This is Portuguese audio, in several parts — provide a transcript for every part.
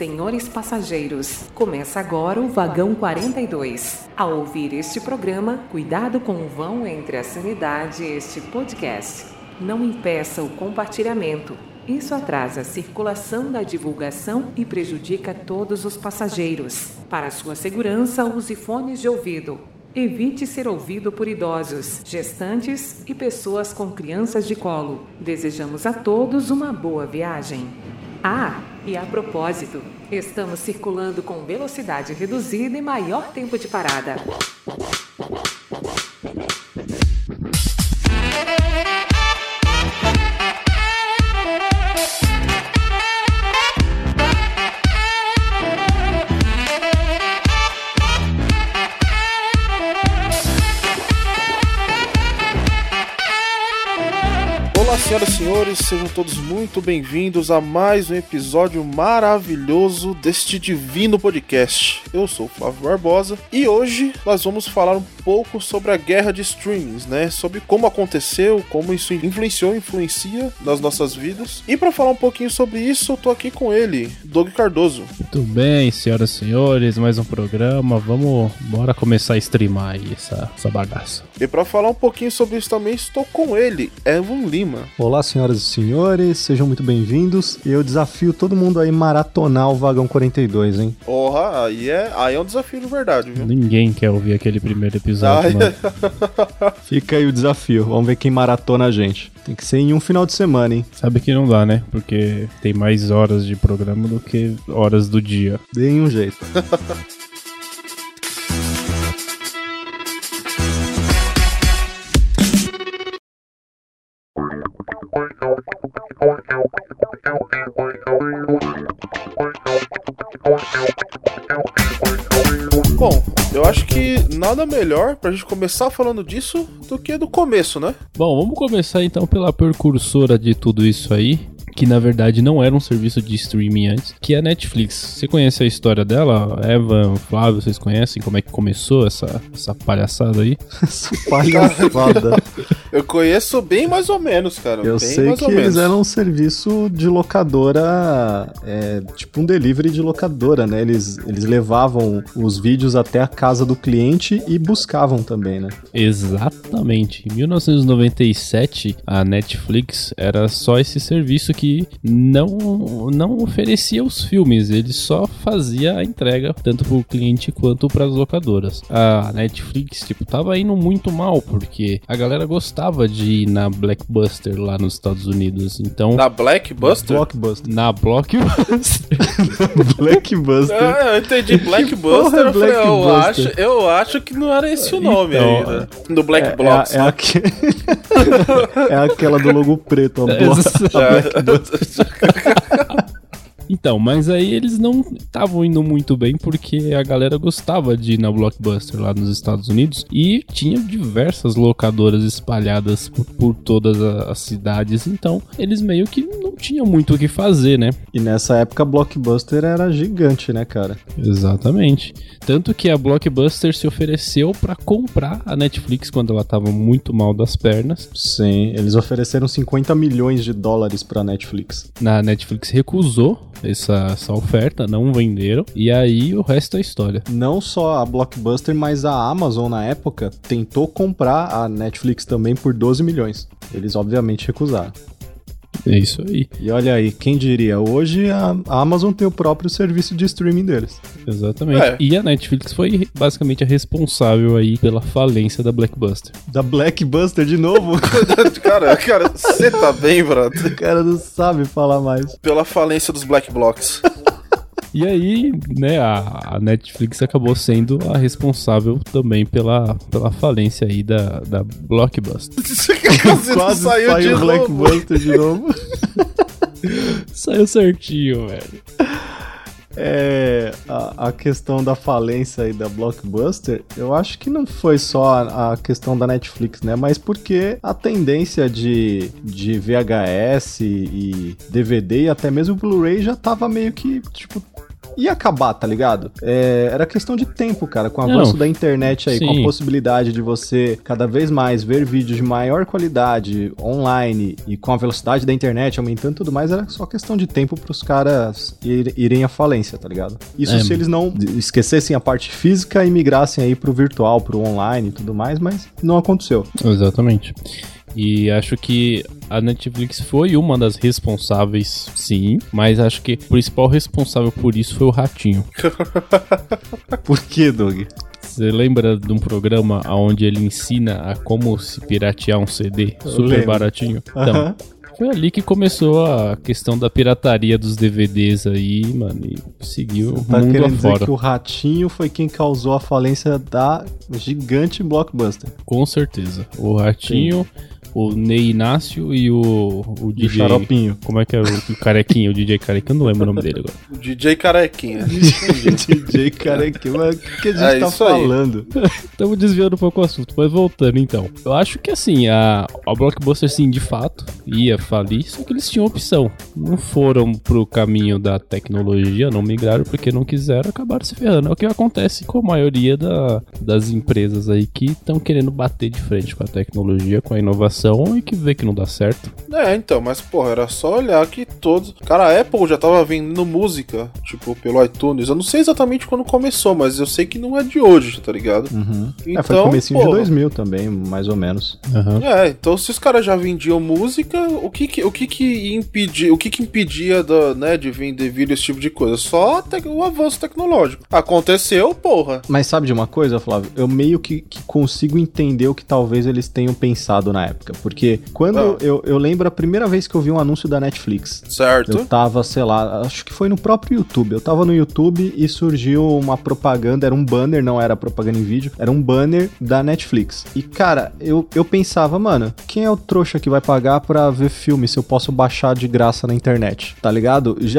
senhores passageiros, começa agora o Vagão 42. Ao ouvir este programa, cuidado com o vão entre a sanidade e este podcast. Não impeça o compartilhamento. Isso atrasa a circulação da divulgação e prejudica todos os passageiros. Para sua segurança, use fones de ouvido. Evite ser ouvido por idosos, gestantes e pessoas com crianças de colo. Desejamos a todos uma boa viagem. Ah, e a propósito, estamos circulando com velocidade reduzida e maior tempo de parada. Olá, senhoras e senhores, sejam todos muito bem-vindos a mais um episódio maravilhoso deste divino podcast. Eu sou o Flávio Barbosa e hoje nós vamos falar um pouco sobre a guerra de streamings, né? Sobre como aconteceu, como isso influencia nas nossas vidas. E para falar um pouquinho sobre isso, eu tô aqui com ele, Doug Cardoso. Muito bem, senhoras e senhores, mais um programa. Bora começar a streamar aí essa bagaça. E para falar um pouquinho sobre isso também, estou com ele, Evan Lima. Olá, senhoras e senhores, sejam muito bem-vindos. E eu desafio todo mundo aí maratonar o Vagão 42, hein? Porra, aí é um desafio de verdade, viu? Ninguém quer ouvir aquele primeiro episódio, mano. Fica aí o desafio, vamos ver quem maratona a gente. Tem que ser em um final de semana, hein? Sabe que não dá, né? Porque tem mais horas de programa do que horas do dia. Deem um jeito. Bom, eu acho que nada melhor pra gente começar falando disso do que do começo, né? Bom, vamos começar então pela precursora de tudo isso aí, que na verdade não era um serviço de streaming antes, que é a Netflix. Você conhece a história dela? Evan, Flávio, vocês conhecem como é que começou essa palhaçada aí? Essa palhaçada. Eu conheço bem mais ou menos, cara. Eu bem sei mais que ou eles menos. eram um serviço de locadora, tipo um delivery de locadora, né? Eles levavam os vídeos até a casa do cliente e buscavam também, né? Exatamente. Em 1997, a Netflix era só esse serviço que não oferecia os filmes, ele só fazia a entrega tanto pro cliente quanto para as locadoras. A Netflix, tava indo muito mal, porque a galera gostava de ir na Blockbuster lá nos Estados Unidos, então... Na Blockbuster? Na Blockbuster. Blackbuster. Eu entendi Blackbuster, eu acho que não era esse o nome então, ainda. Do Black Blocks. É aquela do logo preto, a Blackbuster. Então, mas aí eles não estavam indo muito bem porque a galera gostava de ir na Blockbuster lá nos Estados Unidos e tinha diversas locadoras espalhadas por todas as cidades, então eles meio que não tinham muito o que fazer, né? E nessa época a Blockbuster era gigante, né, cara? Exatamente. Tanto que a Blockbuster se ofereceu pra comprar a Netflix quando ela tava muito mal das pernas. Sim, eles ofereceram 50 milhões de dólares pra Netflix. A Netflix recusou essa oferta, não venderam, e aí o resto é história. Não só a Blockbuster, mas a Amazon na época tentou comprar a Netflix também por 12 milhões. Eles obviamente recusaram. É isso aí. E olha aí, quem diria, hoje a Amazon tem o próprio serviço de streaming deles. Exatamente. E a Netflix foi basicamente a responsável aí pela falência da Blockbuster. Da Blackbuster de novo? Cara, você tá bem, brother? O cara não sabe falar mais. Pela falência dos Black Blocks. E aí, né, a Netflix acabou sendo a responsável também pela falência aí da Blockbuster. Quase saiu de Blackbuster de novo. Saiu certinho, velho. A questão da falência aí da Blockbuster, eu acho que não foi só a questão da Netflix, né? Mas porque a tendência de VHS e DVD e até mesmo Blu-ray já tava meio que, ia acabar, tá ligado? Era questão de tempo, cara, com o avanço da internet aí, sim, com a possibilidade de você cada vez mais ver vídeos de maior qualidade online e com a velocidade da internet aumentando e tudo mais, era só questão de tempo pros caras irem à falência, tá ligado? Isso se eles não esquecessem a parte física e migrassem aí pro virtual, pro online e tudo mais, mas não aconteceu. Exatamente. E acho que a Netflix foi uma das responsáveis, sim, mas acho que o principal responsável por isso foi o Ratinho. Por quê, Doug? Você lembra de um programa onde ele ensina a como se piratear um CD super baratinho? Então, foi ali que começou a questão da pirataria dos DVDs aí, mano, e seguiu o mundo querendo afora. Dizer que o Ratinho foi quem causou a falência da gigante Blockbuster. Com certeza. O Ratinho... Sim. O Ney Inácio e o DJ... O Xaropinho. Como é que é o Carequinha? O DJ Carequinha, eu não lembro o nome dele agora. O DJ Carequinha. DJ Carequinha, mas o que a gente tá falando? Estamos desviando um pouco o assunto, mas voltando então. Eu acho que assim, a Blockbuster sim, de fato, ia falir, só que eles tinham opção. Não foram pro caminho da tecnologia, não migraram porque não quiseram, acabaram se ferrando. É o que acontece com a maioria das empresas aí que estão querendo bater de frente com a tecnologia, com a inovação, e que vê que não dá certo. Então, mas porra, era só olhar que todos... Cara, a Apple já tava vendendo música, tipo, pelo iTunes. Eu não sei exatamente quando começou, mas eu sei que não é de hoje, tá ligado? Então, foi comecinho de 2000 também, mais ou menos. Então se os caras já vendiam música, o que impedia de vender vídeo, esse tipo de coisa? Só o avanço tecnológico. Aconteceu, porra. Mas sabe de uma coisa, Flávio? Eu meio que consigo entender o que talvez eles tenham pensado na época. Porque quando eu lembro a primeira vez que eu vi um anúncio da Netflix. Certo. Eu tava, sei lá, acho que foi no próprio YouTube. Eu tava no YouTube e surgiu uma propaganda, era um banner, não era propaganda em vídeo, era um banner da Netflix. E, cara, eu pensava, mano, quem é o trouxa que vai pagar pra ver filme se eu posso baixar de graça na internet? Tá ligado? Já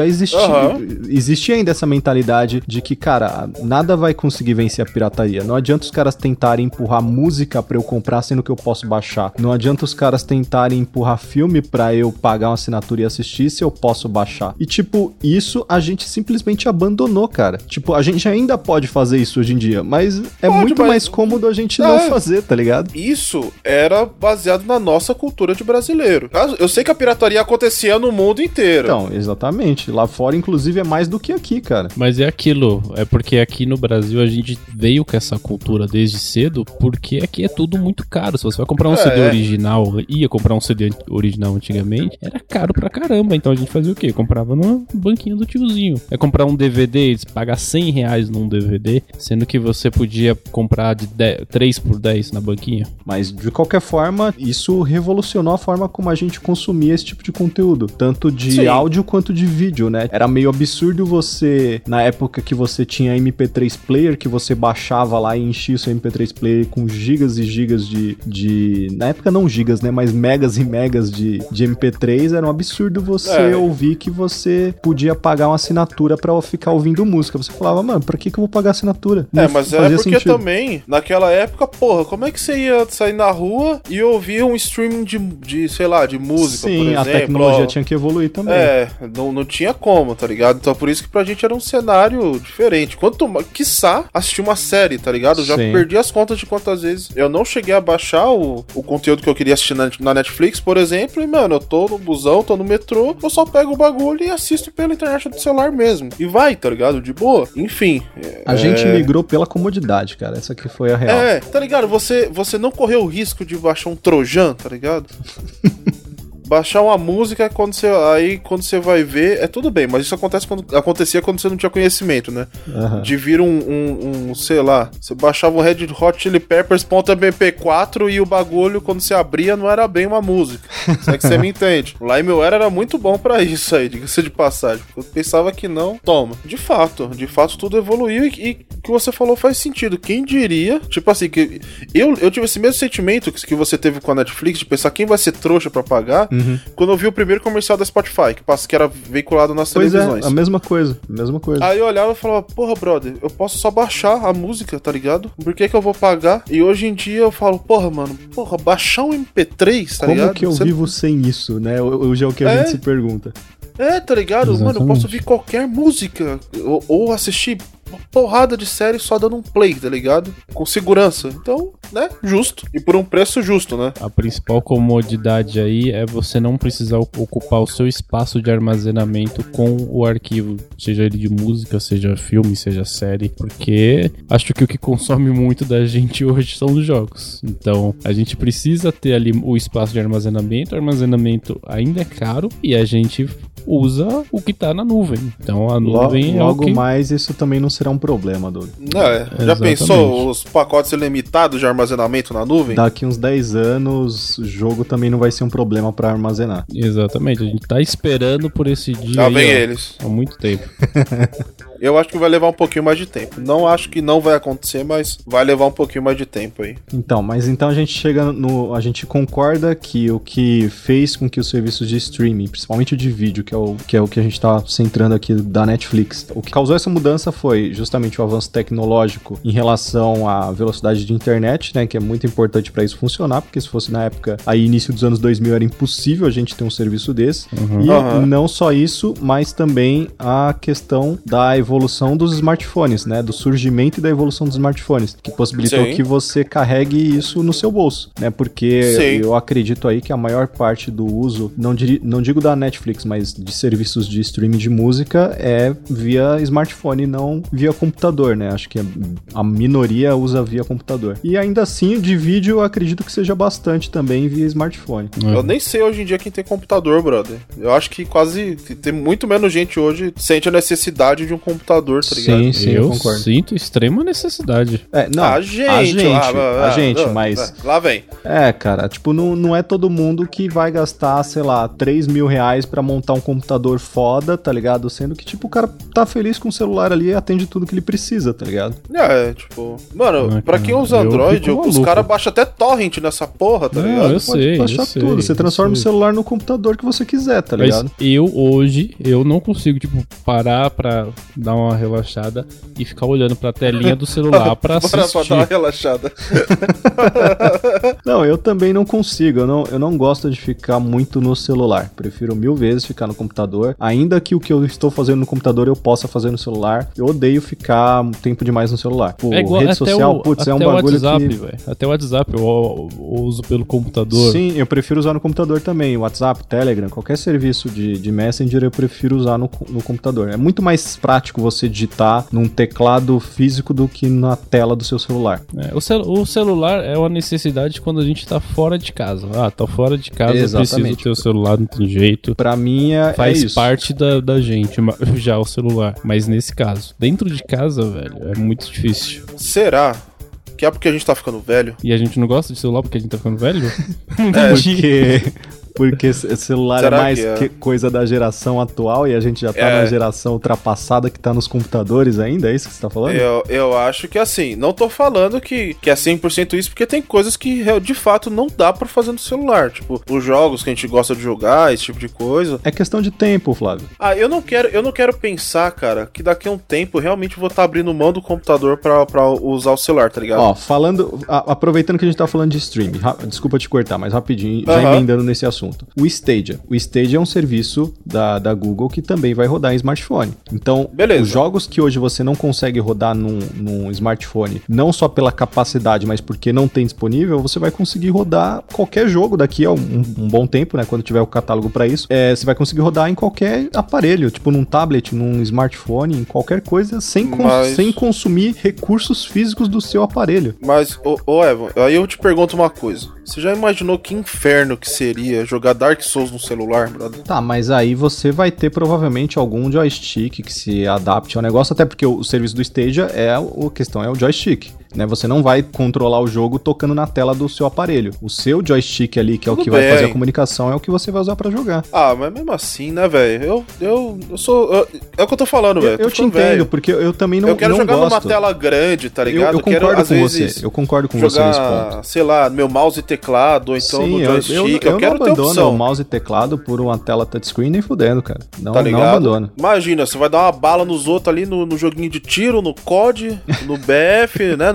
existia ainda essa mentalidade de que, cara, nada vai conseguir vencer a pirataria. Não adianta os caras tentarem empurrar música pra eu comprar, sendo que eu posso baixar. Não adianta os caras tentarem empurrar filme pra eu pagar uma assinatura e assistir se eu posso baixar. E, tipo, isso a gente simplesmente abandonou, cara. Tipo, a gente ainda pode fazer isso hoje em dia, mas muito mais cômodo a gente não fazer, tá ligado? Isso era baseado na nossa cultura de brasileiro. Eu sei que a pirataria acontecia no mundo inteiro. Então, exatamente. Lá fora, inclusive, é mais do que aqui, cara. Mas é aquilo. É porque aqui no Brasil a gente veio com essa cultura desde cedo, porque aqui é tudo muito caro. Se você vai comprar um CD original, ia comprar um CD original antigamente, era caro pra caramba. Então a gente fazia o quê? Comprava numa banquinha do tiozinho. É comprar um DVD, pagar R$100 num DVD, sendo que você podia comprar de 3 por 10 na banquinha. Mas de qualquer forma, isso revolucionou a forma como a gente consumia esse tipo de conteúdo, tanto de áudio quanto de vídeo, né? Era meio absurdo você, na época que você tinha MP3 player, que você baixava lá e enchia o seu MP3 player com gigas e gigas de... Na época não gigas, né? Mas megas e megas de MP3, era um absurdo você ouvir que você podia pagar uma assinatura pra ficar ouvindo música. Você falava, mano, pra que eu vou pagar assinatura? Não mas é porque sentido. Também, naquela época, porra, como é que você ia sair na rua e ouvir um streaming de sei lá, de música, Sim, por exemplo? A tecnologia tinha que evoluir também. Não tinha como, tá ligado? Então por isso que pra gente era um cenário diferente. Quiçá, assistir uma série, tá ligado? Eu já perdi as contas de quantas vezes eu não cheguei a baixar o conteúdo que eu queria assistir na Netflix, por exemplo, e, mano, eu tô no busão, tô no metrô, eu só pego o bagulho e assisto pela internet do celular mesmo. E vai, tá ligado? De boa. Enfim. A gente migrou pela comodidade, cara. Essa aqui foi a real. Tá ligado? Você não correu o risco de baixar um Trojan, tá ligado? Baixar uma música quando você vai ver, é tudo bem, mas isso acontecia quando você não tinha conhecimento, né? De vir sei lá, você baixava um Red Hot Chili Peppers.mp4 e o bagulho, quando você abria, não era bem uma música. Se é que você me entende. O LimeWare era muito bom pra isso aí, diga-se de passagem. Eu pensava que não, toma. De fato tudo evoluiu e o que você falou faz sentido. Quem diria, tipo assim, que eu tive esse mesmo sentimento que você teve com a Netflix, de pensar quem vai ser trouxa pra pagar, quando eu vi o primeiro comercial da Spotify, que era veiculado nas televisões. A mesma coisa. Aí eu olhava e falava, porra, brother, eu posso só baixar a música, tá ligado? Por que eu vou pagar? E hoje em dia eu falo, porra, mano, baixar um MP3, tá ligado? Como que eu vivo sem isso, né? Hoje é o que a gente se pergunta. Tá ligado? Exatamente. Mano, eu posso ouvir qualquer música ou assistir uma porrada de série só dando um play, tá ligado? Com segurança. Então, né? Justo. E por um preço justo, né? A principal comodidade aí é você não precisar ocupar o seu espaço de armazenamento com o arquivo, seja ele de música, seja filme, seja série, porque acho que o que consome muito da gente hoje são os jogos. Então, a gente precisa ter ali o espaço de armazenamento, o armazenamento ainda é caro e a gente usa o que tá na nuvem. Então, a nuvem logo é o que... mais isso também não será um problema, Doug. Já Exatamente. pensou os pacotes ilimitados de armazenamento na nuvem? Daqui uns 10 anos, o jogo também não vai ser um problema pra armazenar. Exatamente, a gente tá esperando por esse dia Já aí, vem ó, eles. há muito tempo. Eu acho que vai levar um pouquinho mais de tempo. Não acho que não vai acontecer, mas vai levar um pouquinho mais de tempo aí. Então a gente chega no... A gente concorda que o que fez com que os serviços de streaming, principalmente o de vídeo, que é o que a gente tá centrando aqui da Netflix, o que causou essa mudança foi justamente o avanço tecnológico em relação à velocidade de internet, né, que é muito importante para isso funcionar, porque se fosse na época, aí início dos anos 2000, era impossível a gente ter um serviço desse. E não só isso, mas também a questão da evolução dos smartphones, né, do surgimento e da evolução dos smartphones, que possibilitou Sim. que você carregue isso no seu bolso, né, porque Sim. eu acredito aí que a maior parte do uso, não digo da Netflix, mas de serviços de streaming de música é via smartphone, não via computador, né, acho que a minoria usa via computador. E ainda assim, de vídeo, eu acredito que seja bastante também via smartphone. Eu nem sei hoje em dia quem tem computador, brother. Eu acho que quase tem muito menos gente hoje sente a necessidade de um computador, tá ligado? Sim, eu concordo. sinto extrema necessidade. Não, A gente, mas... Lá vem. Cara, tipo, não é todo mundo que vai gastar, sei lá, 3 mil reais pra montar um computador foda, tá ligado? Sendo que, tipo, o cara tá feliz com o celular ali e atende tudo que ele precisa, tá ligado? Tipo... Mano, pra quem usa Android, os caras baixam até torrent nessa porra, tá ligado? Eu sei, baixar tudo. Você transforma o celular no computador que você quiser, tá ligado? Mas eu não consigo, tipo, parar pra dar uma relaxada e ficar olhando pra telinha do celular pra assistir. Pra dar uma relaxada. Não, eu também não consigo. Eu não gosto de ficar muito no celular. Prefiro 1000 vezes ficar no computador. Ainda que o que eu estou fazendo no computador eu possa fazer no celular. Eu odeio ficar tempo demais no celular. Pô, rede social, é um bagulho WhatsApp, que... véio. Até o WhatsApp eu uso pelo computador. Sim, eu prefiro usar no computador também. WhatsApp, Telegram, qualquer serviço de Messenger eu prefiro usar no computador. É muito mais prático você digitar num teclado físico do que na tela do seu celular. O celular é uma necessidade quando a gente tá fora de casa. Tá fora de casa, Exatamente. eu preciso ter o celular, não tem jeito. Pra mim Faz isso. parte da gente, já o celular. Mas nesse caso, dentro de casa, velho, é muito difícil. Será que é porque a gente tá ficando velho? E a gente não gosta de celular porque a gente tá ficando velho? Porque celular Será é mais que coisa da geração atual e a gente já tá na geração ultrapassada que tá nos computadores ainda? É isso que você tá falando? Eu acho que assim, não tô falando que é 100% isso, porque tem coisas que de fato não dá pra fazer no celular. Tipo, os jogos que a gente gosta de jogar, esse tipo de coisa. É questão de tempo, Flávio. Eu não quero pensar, cara, que daqui a um tempo eu realmente vou estar abrindo mão do computador pra usar o celular, tá ligado? Aproveitando que a gente tá falando de streaming, desculpa te cortar, mas rapidinho, já emendando nesse assunto. O Stadia. O Stadia é um serviço da Google que também vai rodar em smartphone. Então, beleza. Os jogos que hoje você não consegue rodar num smartphone, não só pela capacidade, mas porque não tem disponível, você vai conseguir rodar qualquer jogo daqui a um bom tempo, né? Quando tiver o catálogo pra isso, você vai conseguir rodar em qualquer aparelho, tipo num tablet, num smartphone, em qualquer coisa, sem consumir recursos físicos do seu aparelho. Mas, Evan, aí eu te pergunto uma coisa. Você já imaginou que inferno que seria jogar Dark Souls no celular, brother? Tá, mas aí você vai ter provavelmente algum joystick que se adapte ao negócio, até porque o serviço do Stadia é o joystick. Né? Você não vai controlar o jogo tocando na tela do seu aparelho. O seu joystick ali, que é o que vai fazer a comunicação, é o que você vai usar pra jogar. Mas mesmo assim, né, velho? Eu sou... é o que eu tô falando, velho. Eu te entendo, porque eu também não gosto. Eu quero jogar numa tela grande, tá ligado? Eu concordo com você. Eu concordo com você nesse ponto. Sei lá, meu mouse e teclado, ou então no joystick. Eu quero ter opção. Eu não abandono o mouse e teclado por uma tela touchscreen nem fudendo, cara. Não, tá ligado? Não abandono. Imagina, você vai dar uma bala nos outros ali no joguinho de tiro, no COD, no BF, né?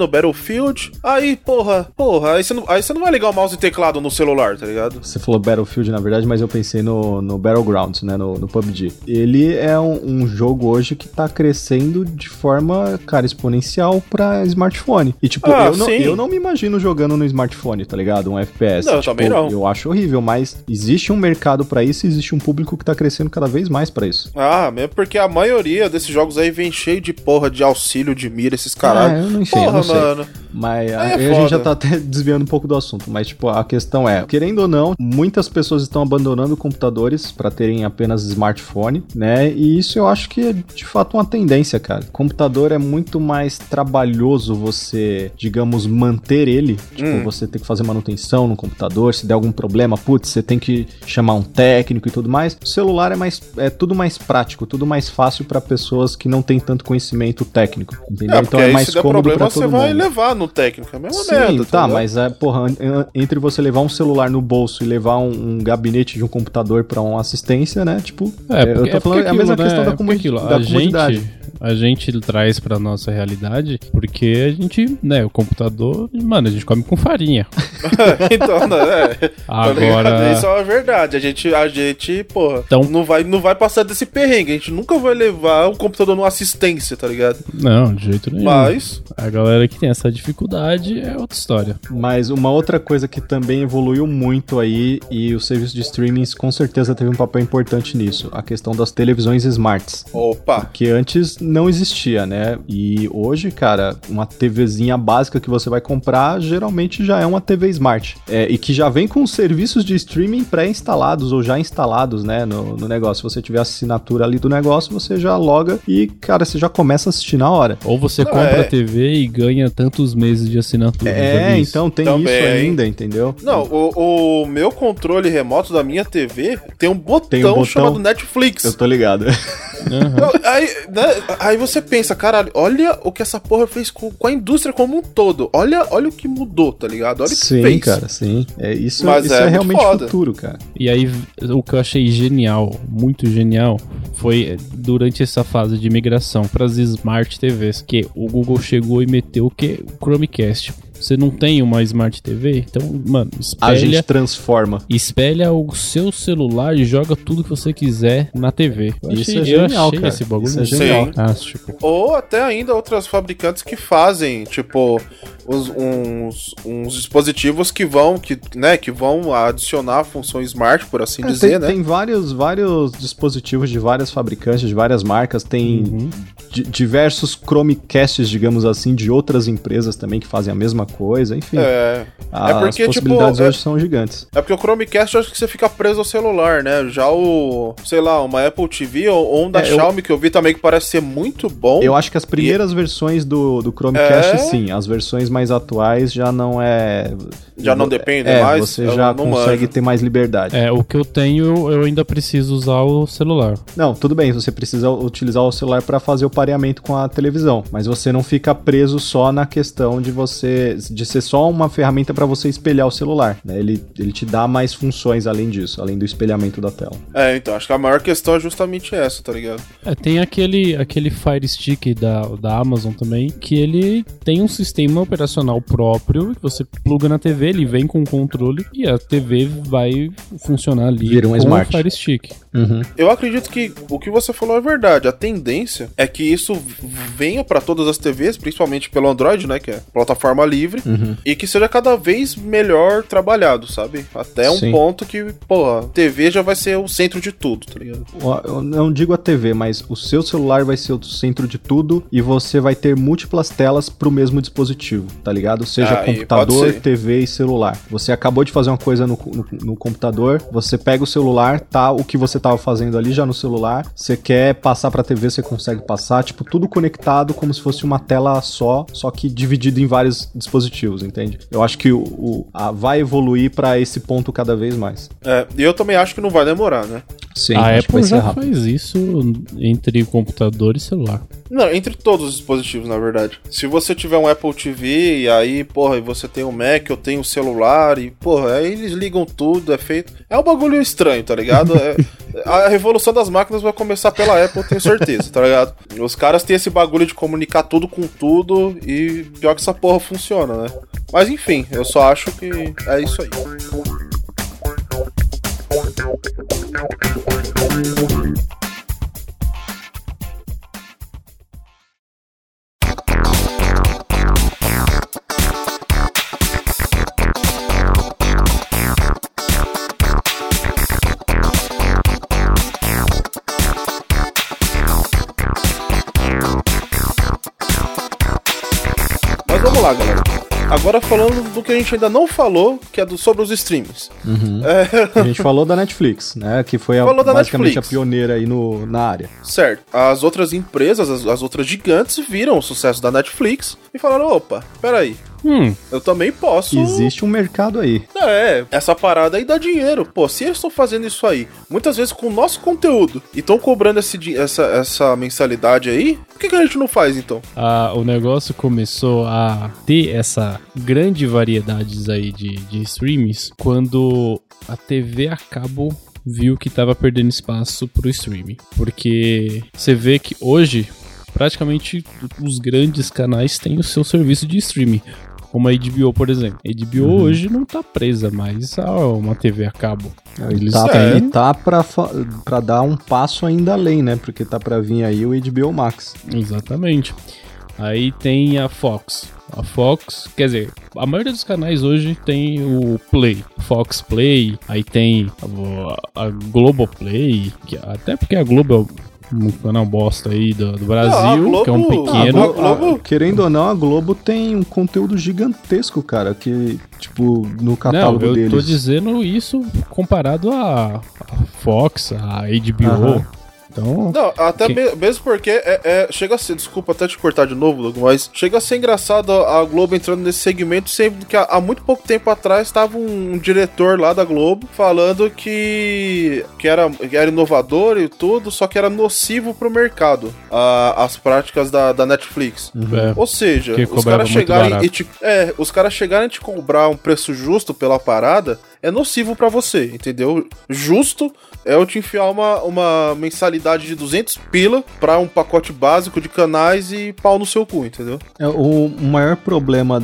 no Battlefield. Aí, porra, aí você não vai ligar o mouse e teclado no celular, tá ligado? Você falou Battlefield, na verdade, mas eu pensei no Battlegrounds, né, no PUBG. Ele é um jogo hoje que tá crescendo de forma, cara, exponencial pra smartphone. E, tipo, eu não me imagino jogando no smartphone, tá ligado? Um FPS. Não, tipo, também não. Eu acho horrível, mas existe um mercado pra isso e existe um público que tá crescendo cada vez mais pra isso. Mesmo porque a maioria desses jogos aí vem cheio de porra de auxílio, de mira, esses caralho. Eu não sei. Mano. Mas a gente já tá até desviando um pouco do assunto. Mas, tipo, a questão é, querendo ou não, muitas pessoas estão abandonando computadores pra terem apenas smartphone, né? E isso eu acho que é, de fato, uma tendência, cara. Computador é muito mais trabalhoso você, digamos, manter ele. Tipo, você tem que fazer manutenção no computador. Se der algum problema, putz, você tem que chamar um técnico e tudo mais. O celular é tudo mais prático, tudo mais fácil pra pessoas que não têm tanto conhecimento técnico, entendeu? Então é mais cômodo pra todo mundo. Você vai levar no técnico, é a mesma merda. Tá, mas porra, entre você levar um celular no bolso e levar um gabinete de um computador pra uma assistência, né? Tipo, eu tô falando a mesma questão da comodidade. A gente traz pra nossa realidade porque a gente, né, o computador, mano, a gente come com farinha. Então, né? Agora... Isso é uma verdade. A gente, porra, então... não vai passar desse perrengue. A gente nunca vai levar um computador numa assistência, tá ligado? Não, de jeito nenhum. Mas... a galera que tem essa dificuldade é outra história. Mas uma outra coisa que também evoluiu muito aí, e o serviço de streaming com certeza teve um papel importante nisso, a questão das televisões smarts. Opa! Que antes não existia, né? E hoje, cara, uma TVzinha básica que você vai comprar, geralmente já é uma TV Smart. E que já vem com serviços de streaming pré-instalados ou já instalados, né, no negócio. Se você tiver a assinatura ali do negócio, você já loga e, cara, você já começa a assistir na hora. Ou você compra a TV e ganha tantos meses de assinatura. Então tem também, isso ainda, entendeu? Não, o meu controle remoto da minha TV tem um botão chamado Netflix. Eu tô ligado. Aí você pensa, caralho, olha o que essa porra fez com a indústria como um todo. Olha o que mudou, tá ligado? Olha o que fez. Sim, cara, sim. Isso é realmente futuro, cara. E aí, o que eu achei genial, muito genial, foi durante essa fase de migração para as Smart TVs, que o Google chegou e meteu o que? O Chromecast. Você não tem uma Smart TV? Então, mano, a gente transforma. Espelha o seu celular e joga tudo que você quiser na TV. Isso é genial, cara. Esse bagulho isso é genial. Fantástico. Ou até ainda outras fabricantes que fazem, tipo, uns dispositivos que vão adicionar funções Smart, por assim dizer, né? Tem vários dispositivos de várias fabricantes, de várias marcas. Tem diversos Chromecasts, digamos assim, de outras empresas também que fazem a mesma coisa, enfim. As possibilidades hoje são gigantes. É porque o Chromecast, eu acho que você fica preso ao celular, né? Já uma Apple TV ou um da Xiaomi que eu vi também que parece ser muito bom. Eu acho que as primeiras versões do Chromecast, sim. As versões mais atuais já não é... Já não depende mais. Você já consegue ter mais liberdade. O que eu tenho, eu ainda preciso usar o celular. Não, tudo bem, você precisa utilizar o celular para fazer o pareamento com a televisão, mas você não fica preso só na questão de ser só uma ferramenta para você espelhar o celular, né? Ele te dá mais funções além disso, além do espelhamento da tela. Então, acho que a maior questão é justamente essa, tá ligado? Tem aquele Fire Stick da Amazon também, que ele tem um sistema operacional próprio, que você pluga na TV, ele vem com o controle e a TV vai funcionar ali com Smart. o Fire Stick. Eu acredito que o que você falou é verdade. A tendência é que isso venha para todas as TVs, principalmente pelo Android, né, que é plataforma livre, e que seja cada vez melhor trabalhado, sabe? Até um ponto que, a TV já vai ser o centro de tudo, tá ligado? Eu não digo a TV, mas o seu celular vai ser o centro de tudo e você vai ter múltiplas telas pro mesmo dispositivo, tá ligado? Seja computador, TV e celular. Você acabou de fazer uma coisa no computador, você pega o celular, tá o que você tava fazendo ali já no celular, você quer passar pra TV, você consegue passar, tipo, tudo conectado como se fosse uma tela só que dividido em vários dispositivos, entende? Eu acho que vai evoluir pra esse ponto cada vez mais. E eu também acho que não vai demorar, né? Sim, A acho que vai Apple ser já rápido. faz isso entre computador e celular. Não, entre todos os dispositivos, na verdade. Se você tiver um Apple TV e aí, porra, e você tem um Mac, eu tenho um celular e, porra, aí eles ligam tudo, é feito... É um bagulho estranho, tá ligado? A revolução das máquinas vai começar pela Apple, eu tenho certeza, tá ligado? Os caras têm esse bagulho de comunicar tudo com tudo e pior que essa porra funciona, né? Mas enfim, eu só acho que é isso aí. Mas vamos lá, galera. Agora falando do que a gente ainda não falou, que é sobre os streams. A gente falou da Netflix, né? Que foi basicamente a pioneira aí na área. Certo. As outras empresas, as outras gigantes, viram o sucesso da Netflix e falaram, opa, peraí, eu também posso... Existe um mercado aí. Essa parada aí dá dinheiro. Pô, se eles estão fazendo isso aí, muitas vezes com o nosso conteúdo, e estão cobrando essa mensalidade aí, por que a gente não faz, então? O negócio começou a ter essa grande variedade aí de streams quando a TV a cabo viu que estava perdendo espaço pro streaming. Porque você vê que hoje, praticamente os grandes canais têm o seu serviço de streaming. Como a HBO, por exemplo. A HBO hoje não tá presa mais a uma TV a cabo. Ele tá pra dar um passo ainda além, né? Porque tá pra vir aí o HBO Max. Exatamente. Aí tem a Fox. A Fox, quer dizer, a maioria dos canais hoje tem o Play, Fox Play, aí tem a Globoplay, até porque a Globo é um canal bosta aí do Brasil, Globo, que é um pequeno. Querendo ou não, a Globo tem um conteúdo gigantesco, cara, que, tipo, no catálogo deles. Eu tô dizendo isso comparado a Fox, a HBO. Então, não, até mesmo porque chega a ser, desculpa até te cortar de novo, Doug, mas chega a ser engraçado a Globo entrando nesse segmento, sempre que há muito pouco tempo atrás estava um diretor lá da Globo falando que era inovador e tudo, só que era nocivo pro mercado, as práticas da Netflix. Ou seja, os caras chegarem e te cobrar um preço justo pela parada é nocivo pra você, entendeu? Justo é eu te enfiar uma mensalidade de 200 pila pra um pacote básico de canais e pau no seu cu, entendeu? O maior problema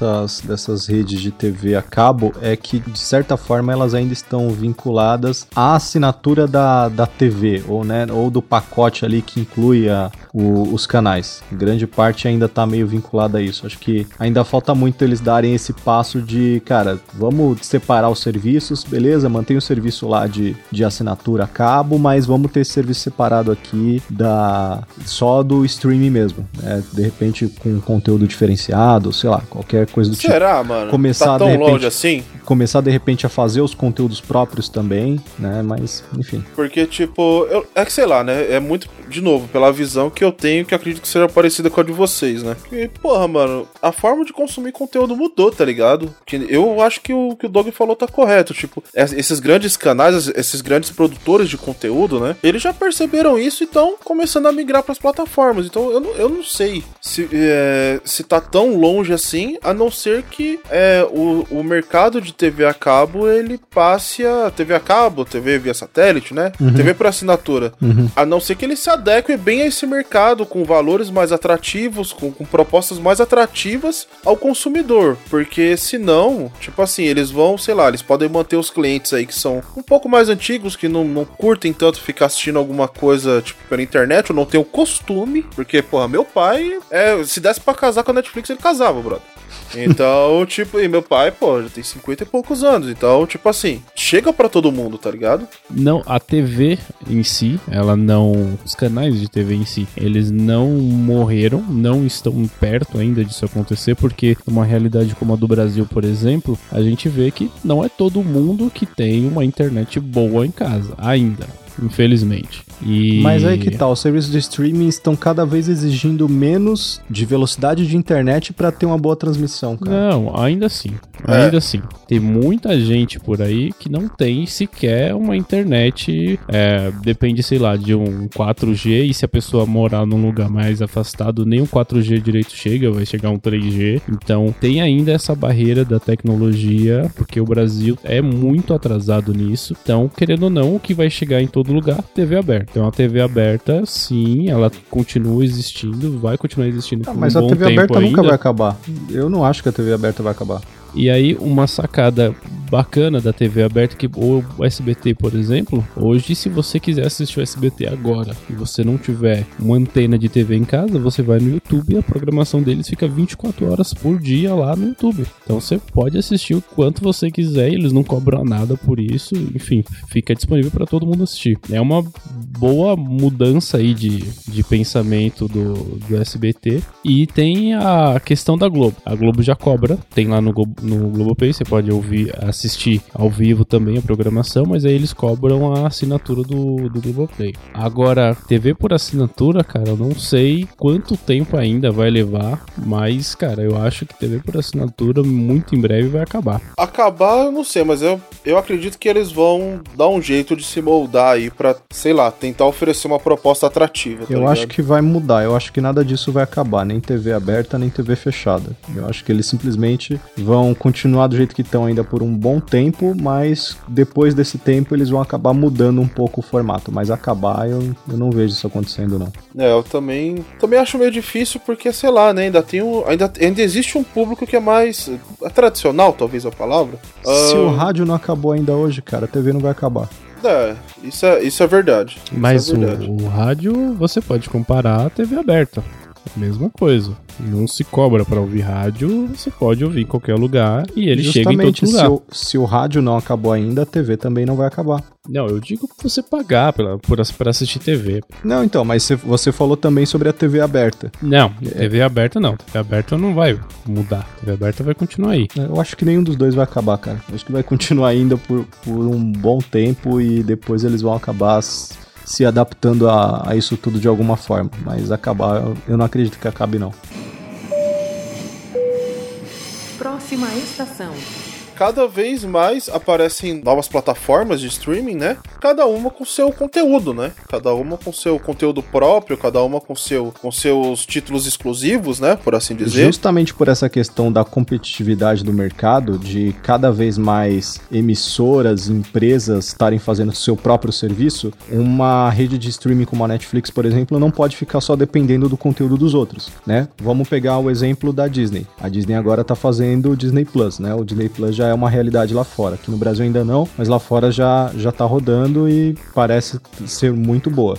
dessas redes de TV a cabo é que, de certa forma, elas ainda estão vinculadas à assinatura da TV, ou do pacote ali que inclui os canais. Grande parte ainda tá meio vinculada a isso. Acho que ainda falta muito eles darem esse passo de, cara, vamos separar os serviços, beleza, mantém o serviço lá de assinatura a cabo, mas vamos ter esse serviço separado aqui só do streaming mesmo, né? De repente com conteúdo diferenciado, sei lá, qualquer coisa do tipo. Será, mano? Começar, tá tão de repente, longe assim? Começar de repente a fazer os conteúdos próprios também, né? Mas, enfim. Porque, tipo, é que sei lá, né? É muito, de novo, pela visão que eu tenho, que acredito que seja parecida com a de vocês, né? E, porra, mano, a forma de consumir conteúdo mudou, tá ligado? Que eu acho que o Doug falou tá correto. Tipo, esses grandes canais, esses grandes produtores de conteúdo, né? Eles já perceberam isso e estão começando a migrar pras plataformas. Então, eu não sei se tá tão longe assim, a não ser que o mercado de TV a cabo, ele passe a TV a cabo, TV via satélite, né? TV por assinatura. A não ser que ele se adeque bem a esse mercado, com valores mais atrativos, com propostas mais atrativas ao consumidor. Porque senão, tipo assim, eles vão, sei lá, eles podem manter os clientes aí que são um pouco mais antigos, que não curtem tanto ficar assistindo alguma coisa, tipo, pela internet, ou não tem o costume, porque, porra, meu pai, se desse pra casar com a Netflix, ele casava, brother. Então, tipo, e meu pai, pô, já tem 50 e poucos anos, então, tipo assim, chega pra todo mundo, tá ligado? Não, a TV em si, ela não... Os canais de TV em si, eles não morreram, não estão perto ainda disso acontecer, porque numa realidade como a do Brasil, por exemplo, a gente vê que não é todo mundo que tem uma internet boa em casa, ainda. infelizmente. Mas aí que tá, os serviços de streaming estão cada vez exigindo menos de velocidade de internet pra ter uma boa transmissão, cara. Não, ainda assim. Ainda assim. Tem muita gente por aí que não tem sequer uma internet, depende, sei lá, de um 4G, e se a pessoa morar num lugar mais afastado, nem um 4G direito chega, vai chegar um 3G. Então tem ainda essa barreira da tecnologia, porque o Brasil é muito atrasado nisso. Então, querendo ou não, o que vai chegar em todo lugar? TV aberta. Então a TV aberta, sim, ela continua existindo, vai continuar existindo por um bom tempo ainda. Mas a TV aberta nunca vai acabar. Eu não acho que a TV aberta vai acabar. E aí, uma sacada bacana da TV aberta, que o SBT, por exemplo, hoje, se você quiser assistir o SBT agora e você não tiver uma antena de TV em casa, você vai no YouTube e a programação deles fica 24 horas por dia lá no YouTube. Então você pode assistir o quanto você quiser, eles não cobram nada por isso, enfim, fica disponível para todo mundo assistir. É uma boa mudança aí de pensamento do SBT. E tem a questão da Globo. A Globo já cobra, tem lá no Globoplay, você pode assistir ao vivo também a programação, mas aí eles cobram a assinatura do Globoplay. Agora, TV por assinatura, cara, eu não sei quanto tempo ainda vai levar, mas, cara, eu acho que TV por assinatura muito em breve vai acabar. Acabar, eu não sei, mas eu acredito que eles vão dar um jeito de se moldar aí pra, sei lá, tentar oferecer uma proposta atrativa. Eu acho que vai mudar, eu acho que nada disso vai acabar, nem TV aberta, nem TV fechada. Eu acho que eles simplesmente vão continuar do jeito que estão ainda por um bom tempo, mas depois desse tempo eles vão acabar mudando um pouco o formato, mas acabar eu não vejo isso acontecendo, não. Eu também acho meio difícil porque, sei lá, né, ainda existe um público que é mais tradicional, talvez a palavra. Se o rádio não acabou ainda hoje, cara, a TV não vai acabar. Isso é verdade. Mas o rádio você pode comparar à TV aberta. Mesma coisa. Não se cobra pra ouvir rádio, você pode ouvir em qualquer lugar e ele chega em todo lugar. Se o rádio não acabou ainda, a TV também não vai acabar. Não, eu digo pra você pagar pra assistir TV. Não, então, mas você falou também sobre a TV aberta. Não, TV aberta não. TV aberta não vai mudar. TV aberta vai continuar aí. Eu acho que nenhum dos dois vai acabar, cara. Eu acho que vai continuar ainda por um bom tempo e depois eles vão acabar se adaptando a isso tudo de alguma forma. Mas acabar, eu não acredito que acabe, não. Próxima estação. Cada vez mais aparecem novas plataformas de streaming, né? Cada uma com seu conteúdo, né? Cada uma com seu conteúdo próprio, cada uma com seus títulos exclusivos, né? Por assim dizer. Justamente por essa questão da competitividade do mercado, de cada vez mais emissoras, empresas estarem fazendo seu próprio serviço, uma rede de streaming como a Netflix, por exemplo, não pode ficar só dependendo do conteúdo dos outros, né? Vamos pegar o exemplo da Disney. A Disney agora tá fazendo o Disney Plus, né? O Disney Plus já é uma realidade lá fora. Aqui no Brasil ainda não, mas lá fora já tá rodando e parece ser muito boa.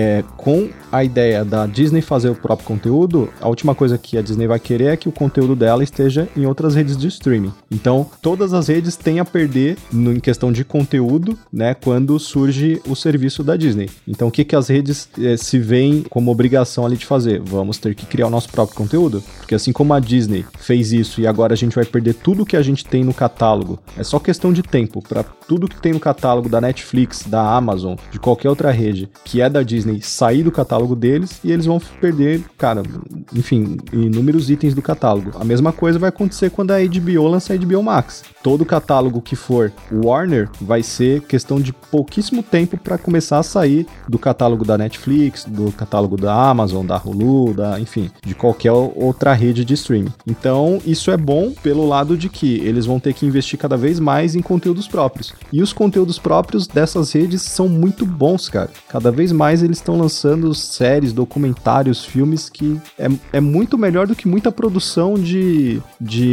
Com a ideia da Disney fazer o próprio conteúdo, a última coisa que a Disney vai querer é que o conteúdo dela esteja em outras redes de streaming. Então, todas as redes têm a perder em questão de conteúdo, né, quando surge o serviço da Disney. Então, o que as redes se veem como obrigação ali de fazer? Vamos ter que criar o nosso próprio conteúdo, porque assim como a Disney fez isso e agora a gente vai perder tudo que a gente tem no catálogo, é só questão de tempo para tudo que tem no catálogo da Netflix, da Amazon, de qualquer outra rede que é da Disney sair do catálogo deles e eles vão perder, cara, enfim, inúmeros itens do catálogo. A mesma coisa vai acontecer quando a HBO lançar a HBO Max. Todo catálogo que for Warner vai ser questão de pouquíssimo tempo para começar a sair do catálogo da Netflix, do catálogo da Amazon, da Hulu, enfim, de qualquer outra rede de streaming. Então, isso é bom pelo lado de que eles vão ter que investir cada vez mais em conteúdos próprios. E os conteúdos próprios dessas redes são muito bons, cara. Cada vez mais eles estão lançando séries, documentários, filmes que é muito melhor do que muita produção de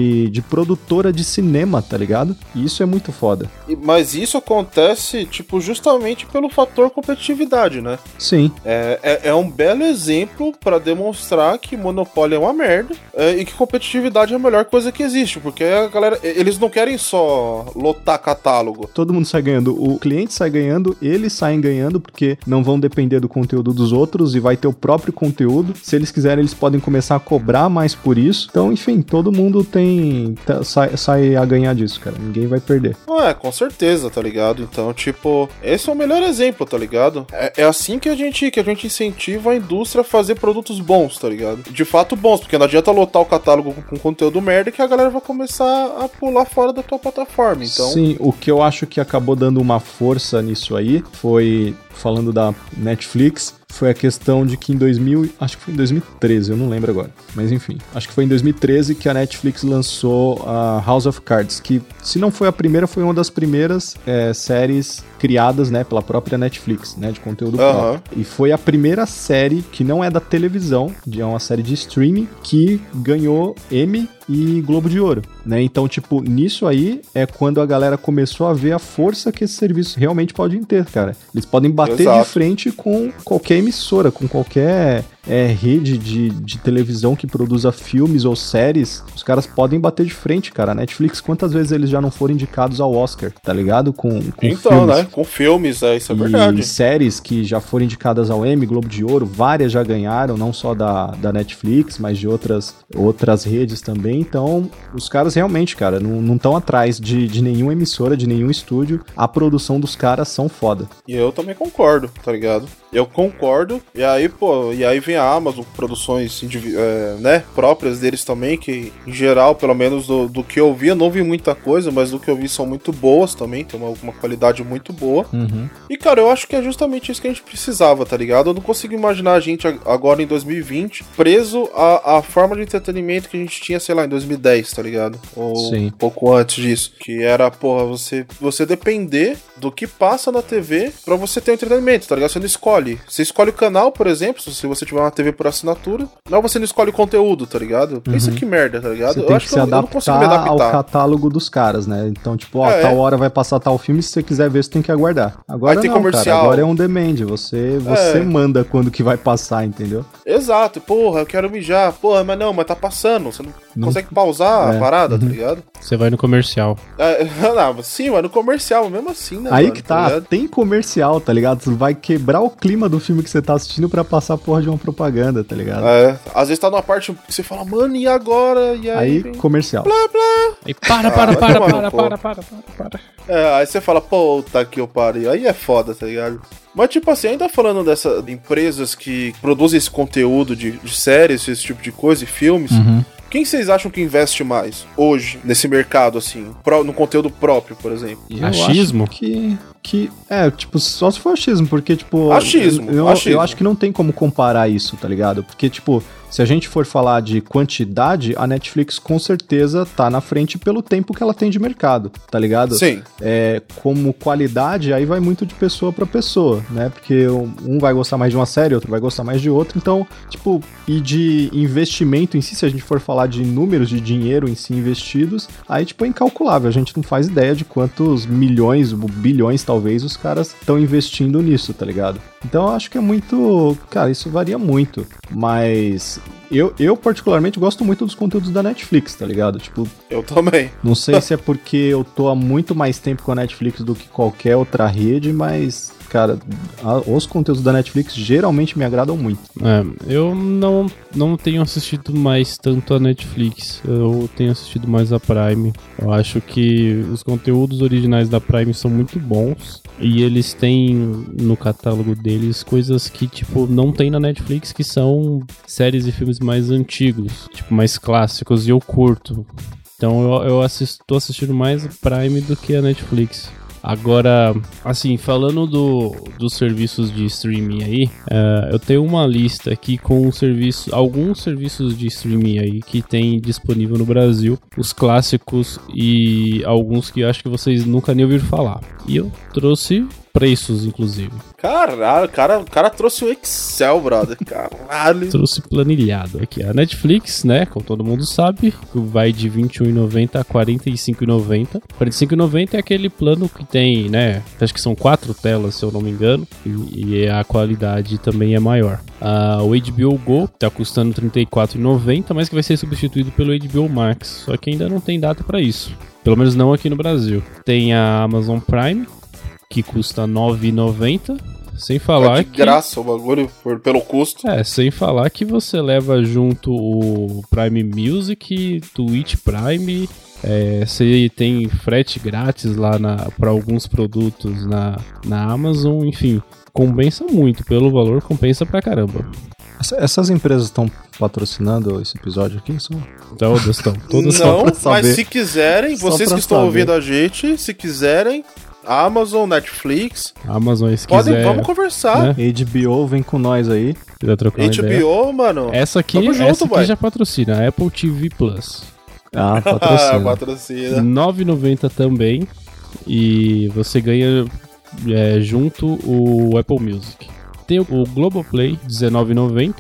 produtora de cinema, tá ligado? E isso é muito foda. Mas isso acontece, tipo, justamente pelo fator competitividade, né? Sim. É um belo exemplo pra demonstrar que monopólio é uma merda e que competitividade é a melhor coisa que existe, porque a galera, eles não querem só lotar catálogo. Todo mundo sai ganhando. O cliente sai ganhando, eles saem ganhando, porque não vão depender do conteúdo dos outros e vai ter o próprio conteúdo. Se eles quiserem, eles podem começar a cobrar mais por isso. Então, enfim, todo mundo sai a ganhar disso, cara. Ninguém vai perder. Com certeza, tá ligado? Então, tipo, esse é o melhor exemplo, tá ligado? É assim que a gente incentiva a indústria a fazer produtos bons, tá ligado? De fato bons, porque não adianta lotar o catálogo com conteúdo merda que a galera vai começar a pular fora da tua plataforma, então... Sim, o que eu acho que acabou dando uma força nisso aí foi, falando da Netflix, foi a questão de que acho que foi em 2013, eu não lembro agora, mas enfim, acho que foi em 2013 que a Netflix lançou a House of Cards, que se não foi a primeira, foi uma das primeiras séries criadas, né, pela própria Netflix, né, de conteúdo próprio. E foi a primeira série que não é da televisão, é uma série de streaming, que ganhou Emmy e Globo de Ouro, né? Então, tipo, nisso aí é quando a galera começou a ver a força que esse serviço realmente pode ter, cara. Eles podem bater de frente com qualquer emissora, com qualquer rede de televisão que produza filmes ou séries. Os caras podem bater de frente, cara. A Netflix, quantas vezes eles já não foram indicados ao Oscar, tá ligado? Com então, filmes. Né? Com filmes, isso é verdade. E séries que já foram indicadas ao Emmy, Globo de Ouro, várias já ganharam, não só da Netflix, mas de outras redes também. Então, os caras realmente, cara, não estão atrás de nenhuma emissora, de nenhum estúdio. A produção dos caras são foda. E eu também concordo, tá ligado? Eu concordo. E aí, vem a Amazon, produções né, próprias deles também, que em geral, pelo menos do que eu vi, eu não vi muita coisa, mas do que eu vi são muito boas também, tem uma qualidade muito boa. E, cara, eu acho que é justamente isso que a gente precisava, tá ligado? Eu não consigo imaginar a gente agora em 2020 preso à forma de entretenimento que a gente tinha, sei lá, em 2010, tá ligado? Ou um pouco antes disso. Que era, você depender do que passa na TV pra você ter um entretenimento, tá ligado? Você não escolhe. Você escolhe o canal, por exemplo, se você tiver uma TV por assinatura, não, você não escolhe o conteúdo, tá ligado? Pensa que merda, tá ligado? Você tem que se adaptar ao catálogo dos caras, né? Então, tipo, tal hora vai passar tal filme, se você quiser ver, você tem que aguardar. Agora não, comercial. Cara, agora é um demand, você manda quando que vai passar, entendeu? Exato, eu quero mijar, mas tá passando, você não consegue pausar a parada, tá ligado? Você vai no comercial. Sim, vai no comercial, mesmo assim, né? Aí mano, que tá tem comercial, tá ligado? Você vai quebrar o clima do filme que você tá assistindo pra passar a porra de uma propaganda, tá ligado? Às vezes tá numa parte que você fala, mano, e agora? E aí comercial. Blá, blá. Aí para. Aí você fala, puta que eu pariu. Aí é foda, tá ligado? Mas, tipo assim, ainda falando de empresas que produzem esse conteúdo de séries, esse tipo de coisa, e filmes, quem vocês acham que investe mais hoje nesse mercado, assim, no conteúdo próprio, por exemplo? Achismo? Tipo, só se for achismo, porque, tipo... Achismo. Eu acho que não tem como comparar isso, tá ligado? Porque, tipo, se a gente for falar de quantidade, a Netflix com certeza tá na frente pelo tempo que ela tem de mercado, tá ligado? Sim. Como qualidade, aí vai muito de pessoa pra pessoa, né? Porque um vai gostar mais de uma série, outro vai gostar mais de outra, então, tipo, e de investimento em si, se a gente for falar de números de dinheiro em si investidos, aí, tipo, é incalculável, a gente não faz ideia de quantos milhões, bilhões, talvez, os caras estão investindo nisso, tá ligado? Então eu acho que é muito... Cara, isso varia muito. Mas eu particularmente gosto muito dos conteúdos da Netflix, tá ligado? Tipo... Eu também. Não sei se é porque eu tô há muito mais tempo com a Netflix do que qualquer outra rede, mas... Cara, os conteúdos da Netflix geralmente me agradam muito. Eu não tenho assistido mais tanto a Netflix. Eu tenho assistido mais a Prime. Eu acho que os conteúdos originais da Prime são muito bons. E eles têm no catálogo deles coisas que, tipo, não tem na Netflix, que são séries e filmes mais antigos, tipo, mais clássicos, e eu curto. Então eu tô assistindo mais a Prime do que a Netflix. Agora, assim, falando dos serviços de streaming aí, eu tenho uma lista aqui com alguns serviços de streaming aí que tem disponível no Brasil, os clássicos e alguns que eu acho que vocês nunca nem ouviram falar. E eu trouxe preços, inclusive. Caralho, o cara trouxe um Excel, brother. Caralho. Trouxe planilhado aqui. A Netflix, né, como todo mundo sabe, vai de R$21,90 a R$45,90. R$45,90 é aquele plano que tem, né, acho que são 4 telas, se eu não me engano, e a qualidade também é maior. O HBO Go tá custando R$34,90, mas que vai ser substituído pelo HBO Max, só que ainda não tem data para isso. Pelo menos não aqui no Brasil. Tem a Amazon Prime, que custa R$9,90. Sem falar de graça o bagulho pelo custo. Sem falar que você leva junto o Prime Music, Twitch Prime. Você tem frete grátis lá para alguns produtos na Amazon. Enfim, compensa muito. Pelo valor, compensa pra caramba. Essas empresas estão patrocinando esse episódio aqui? Todas estão. Não, mas se quiserem, vocês que estão ouvindo a gente, se quiserem, Amazon, Netflix, Amazon, se quiser, vamos conversar. Né? HBO, vem com nós aí. HBO, mano. Essa aqui já patrocina, a Apple TV Plus. Patrocina. R$9,90 também. E você ganha junto o Apple Music. Tem o Globoplay, R$19,90.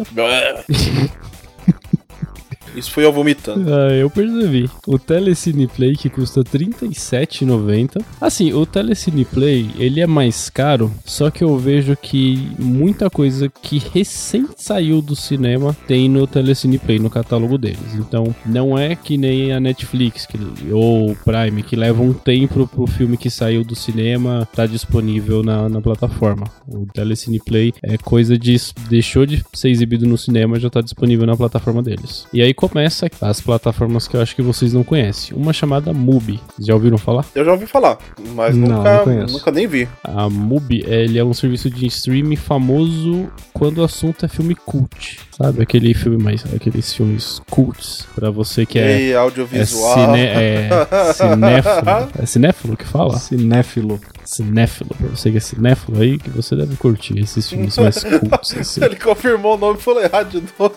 Isso foi eu vomitando. Eu percebi. O Telecine Play, que custa R$37,90. Assim, o Telecine Play, ele é mais caro, só que eu vejo que muita coisa que recém saiu do cinema tem no Telecine Play, no catálogo deles. Então, não é que nem a Netflix ou o Prime, que leva um tempo pro filme que saiu do cinema tá disponível na plataforma. O Telecine Play é coisa de... deixou de ser exibido no cinema, já tá disponível na plataforma deles. E aí começa as plataformas que eu acho que vocês não conhecem. Uma chamada Mubi. Já ouviram falar? Eu já ouvi falar, mas nunca nem vi. A Mubi, ele é um serviço de streaming famoso quando o assunto é filme cult. Sabe? Aqueles filmes cults. Pra você que é... audiovisual. Cinéfilo. É cinéfilo que fala? Cinéfilo. Pra você que é cinéfilo aí, que você deve curtir esses filmes mais cults. Assim. Ele confirmou o nome e falou errado de novo.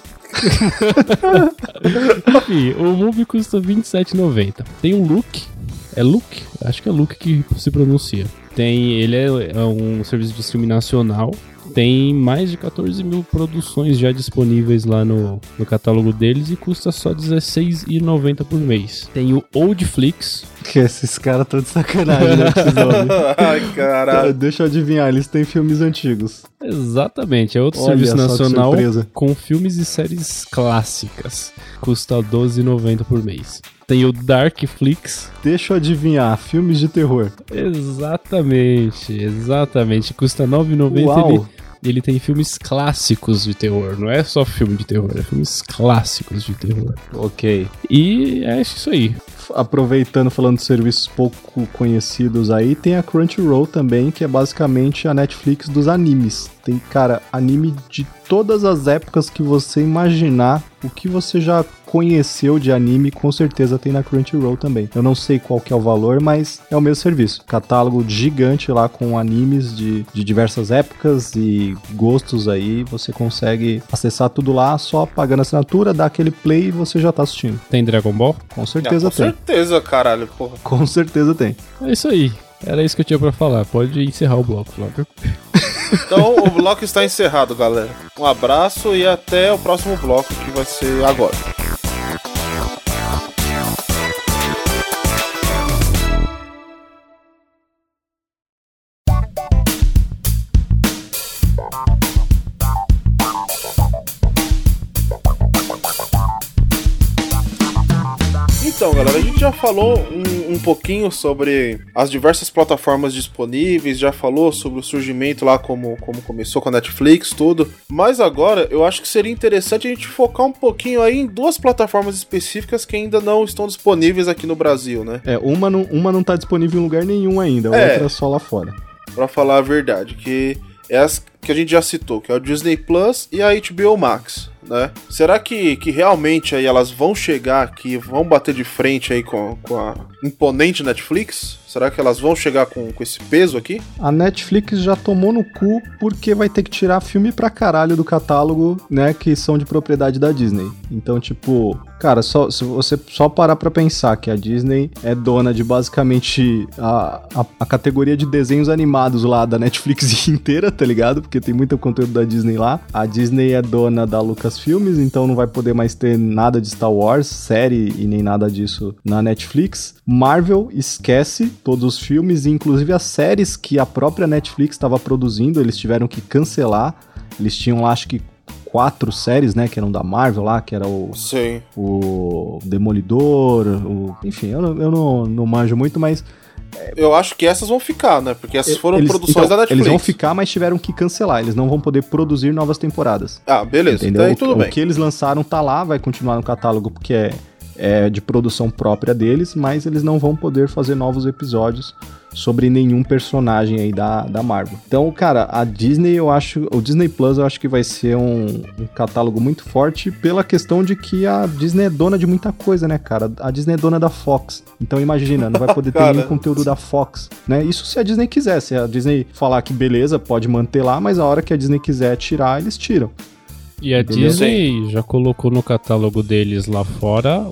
Enfim, o Mubi custa R$27,90. Tem um Look. É Look? Acho que é Look que se pronuncia. Ele é um serviço de streaming nacional. Tem mais de 14 mil produções já disponíveis lá no catálogo deles e custa só R$16,90 por mês. Tem o Oldflix. Que esses caras estão de sacanagem, né? Ai, caralho. Deixa eu adivinhar, eles têm filmes antigos. Exatamente, é outro serviço nacional com filmes e séries clássicas. Custa R$12,90 por mês. Tem o Darkflix. Deixa eu adivinhar, filmes de terror. Exatamente. Custa R$9,90. Ele tem filmes clássicos de terror. Não é só filme de terror, é filmes clássicos de terror. Ok. E é isso aí. Aproveitando, falando de serviços pouco conhecidos aí, tem a Crunchyroll também, que é basicamente a Netflix dos animes. Tem, cara, anime de todas as épocas que você imaginar. O que você já conheceu de anime, com certeza tem na Crunchyroll também. Eu não sei qual que é o valor, mas é o mesmo serviço. Catálogo gigante lá com animes de diversas épocas e gostos aí. Você consegue acessar tudo lá, só pagando a assinatura, dá aquele play e você já tá assistindo. Tem Dragon Ball? Com certeza tem. Com certeza, caralho, porra. Com certeza tem. É isso aí. Era isso que eu tinha pra falar. Pode encerrar o bloco, Flávio. Então o bloco está encerrado, galera. Um abraço e até o próximo bloco, que vai ser agora. Então, galera, a gente já falou um pouquinho sobre as diversas plataformas disponíveis, já falou sobre o surgimento lá, como começou com a Netflix, tudo. Mas agora, eu acho que seria interessante a gente focar um pouquinho aí em duas plataformas específicas que ainda não estão disponíveis aqui no Brasil, né? Uma não tá disponível em lugar nenhum ainda, a outra é só lá fora. Pra falar a verdade, que é as que a gente já citou, que é o Disney Plus e a HBO Max, né? Será que realmente aí elas vão chegar aqui, vão bater de frente aí com a imponente Netflix? Será que elas vão chegar com esse peso aqui? A Netflix já tomou no cu porque vai ter que tirar filme pra caralho do catálogo, né, que são de propriedade da Disney. Então, tipo, cara, se você só parar pra pensar que a Disney é dona de basicamente a categoria de desenhos animados lá da Netflix inteira, tá ligado? Porque tem muito conteúdo da Disney lá. A Disney é dona da Lucasfilmes, então não vai poder mais ter nada de Star Wars, série e nem nada disso na Netflix. Marvel esquece todos os filmes, inclusive as séries que a própria Netflix estava produzindo, eles tiveram que cancelar. Eles tinham lá, acho que 4 séries, né, que eram da Marvel lá, que era o Demolidor, enfim, eu não manjo muito, mas... Eu acho que essas vão ficar, né, porque essas foram produções da Netflix. Eles vão ficar, mas tiveram que cancelar, eles não vão poder produzir novas temporadas. Ah, beleza, entendeu? Então tudo bem. O que eles lançaram tá lá, vai continuar no catálogo porque é de produção própria deles, mas eles não vão poder fazer novos episódios sobre nenhum personagem aí da Marvel. Então, cara, a Disney, o Disney Plus eu acho que vai ser um catálogo muito forte pela questão de que a Disney é dona de muita coisa, né, cara? A Disney é dona da Fox. Então, imagina, não vai poder ter nenhum conteúdo da Fox, né? Isso se a Disney quiser. Se a Disney falar que beleza, pode manter lá, mas a hora que a Disney quiser tirar, eles tiram. E a Disney já colocou no catálogo deles lá fora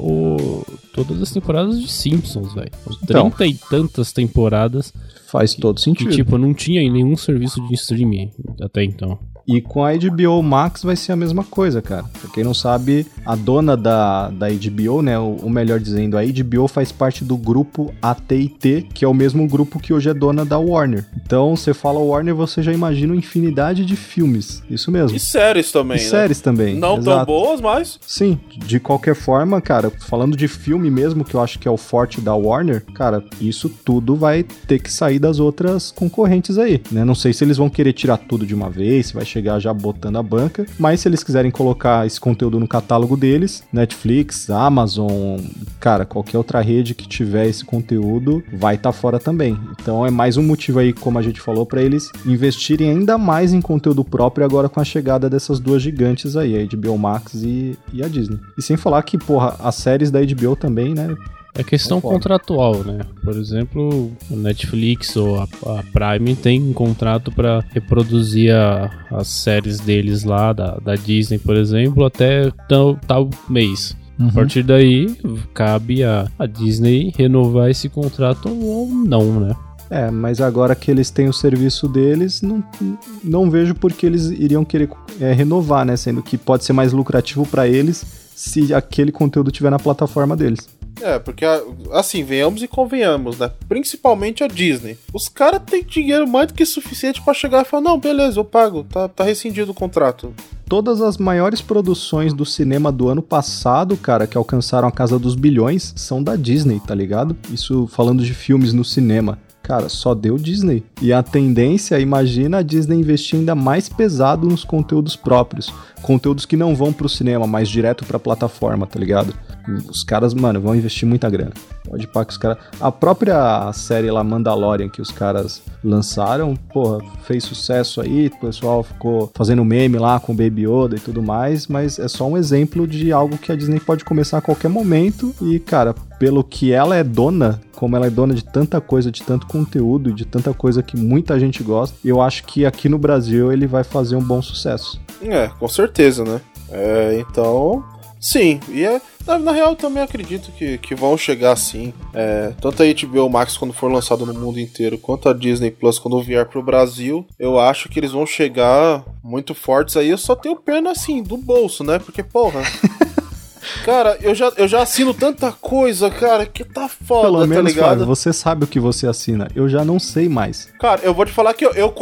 todas as temporadas de Simpsons, velho. 30 e tantas temporadas. Faz todo sentido. Que, tipo, não tinha em nenhum serviço de streaming até então. E com a HBO Max vai ser a mesma coisa, cara. Pra quem não sabe, a dona da HBO, né, ou melhor dizendo, a HBO faz parte do grupo AT&T, que é o mesmo grupo que hoje é dona da Warner. Então, você fala Warner, você já imagina uma infinidade de filmes. Isso mesmo. E séries também, né? Séries também. Não tão boas, mas... Sim, de qualquer forma, cara, falando de filme mesmo, que eu acho que é o forte da Warner, cara, isso tudo vai ter que sair das outras concorrentes aí, né? Não sei se eles vão querer tirar tudo de uma vez, se vai chegar já botando a banca, mas se eles quiserem colocar esse conteúdo no catálogo deles, Netflix, Amazon, cara, qualquer outra rede que tiver esse conteúdo vai estar fora também. Então é mais um motivo aí, como a gente falou, para eles investirem ainda mais em conteúdo próprio agora com a chegada dessas duas gigantes aí, a HBO Max e a Disney. E sem falar que, porra, as séries da HBO também, né? É questão contratual, né? Por exemplo, a Netflix ou a Prime tem um contrato para reproduzir as séries deles lá, da Disney, por exemplo, até tal mês. A partir daí, cabe a Disney renovar esse contrato ou não, né? É, mas agora que eles têm o serviço deles, não vejo por que eles iriam querer renovar, né? Sendo que pode ser mais lucrativo para eles se aquele conteúdo estiver na plataforma deles. É, porque, assim, venhamos e convenhamos, né? Principalmente a Disney. Os caras têm dinheiro mais do que suficiente pra chegar e falar, não, beleza, eu pago, tá rescindido o contrato. Todas as maiores produções do cinema do ano passado, cara, que alcançaram a casa dos bilhões, são da Disney, tá ligado? Isso falando de filmes no cinema. Cara, só deu Disney. E a tendência, imagina a Disney investir ainda mais pesado nos conteúdos próprios. Conteúdos que não vão pro cinema, mas direto pra plataforma, tá ligado? Os caras, mano, vão investir muita grana. Pode pá que os caras... A própria série lá, Mandalorian, que os caras lançaram, porra, fez sucesso aí, o pessoal ficou fazendo meme lá com o Baby Yoda e tudo mais, mas é só um exemplo de algo que a Disney pode começar a qualquer momento e, cara, pelo que ela é dona, como ela é dona de tanta coisa, de tanto conteúdo, de tanta coisa que muita gente gosta, eu acho que aqui no Brasil ele vai fazer um bom sucesso. É, com certeza, né? Então... Sim, e na real eu também acredito que vão chegar sim. Tanto a HBO Max quando for lançado no mundo inteiro, quanto a Disney Plus quando vier pro Brasil, eu acho que eles vão chegar muito fortes aí. Eu só tenho pena assim, do bolso, né? Porque, porra... Cara, eu já assino tanta coisa, cara, que tá foda, pelo menos, tá ligado? Flávio, você sabe o que você assina. Eu já não sei mais. Cara, eu vou te falar que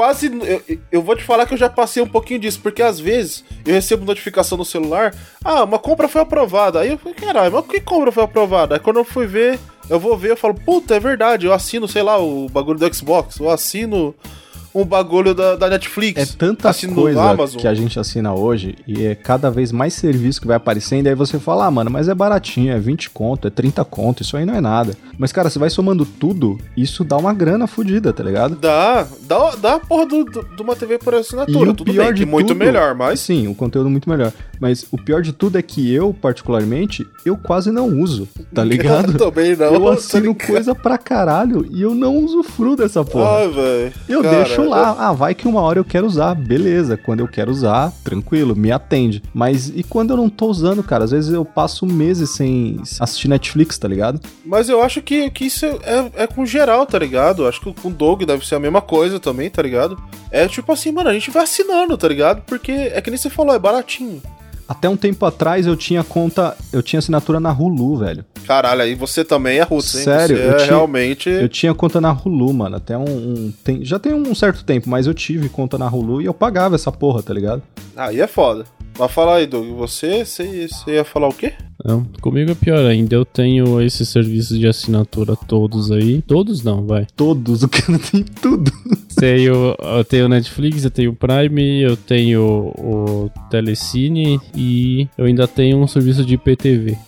eu vou te falar que eu já passei um pouquinho disso, porque às vezes eu recebo notificação no celular, uma compra foi aprovada. Aí eu falei, caralho, mas que compra foi aprovada? Aí quando eu fui ver, eu falo, puta, é verdade, eu assino, sei lá, o bagulho do Xbox, eu assino um bagulho da Netflix. É tanta coisa que a gente assina hoje e é cada vez mais serviço que vai aparecendo. E aí você fala, mano, mas é baratinho, é 20 conto, é 30 conto, isso aí não é nada. Mas, cara, você vai somando tudo, isso dá uma grana fodida, tá ligado? Dá a porra de uma TV por assinatura. Tudo bem, que muito melhor, mas... Sim, o conteúdo muito melhor. Mas o pior de tudo é que eu, particularmente, eu quase não uso, tá ligado? Eu também não. Eu assino coisa pra caralho e eu não usufruo dessa porra. Ai, velho. Eu deixo lá. Vai que uma hora eu quero usar. Beleza. Quando eu quero usar, tranquilo, me atende. Mas e quando eu não tô usando, cara? Às vezes eu passo meses sem assistir Netflix, tá ligado? Mas eu acho que isso é com geral, tá ligado? Acho que com o Doug deve ser a mesma coisa também, tá ligado? É tipo assim, mano, a gente vai assinando, tá ligado? Porque é que nem você falou, é baratinho. Até um tempo atrás eu tinha assinatura na Hulu, velho. Caralho, aí você também é roots, hein? Sério, realmente... Eu tinha conta na Hulu, mano, até já tem um certo tempo, mas eu tive conta na Hulu e eu pagava essa porra, tá ligado? Aí é foda. Mas fala aí, Doug, você ia falar o quê? Não, comigo é pior ainda, eu tenho esses serviços de assinatura todos aí. Todos não, vai. Todos, o cara tem tudo. Eu tenho Netflix, eu tenho Prime, eu tenho o Telecine e eu ainda tenho um serviço de IPTV.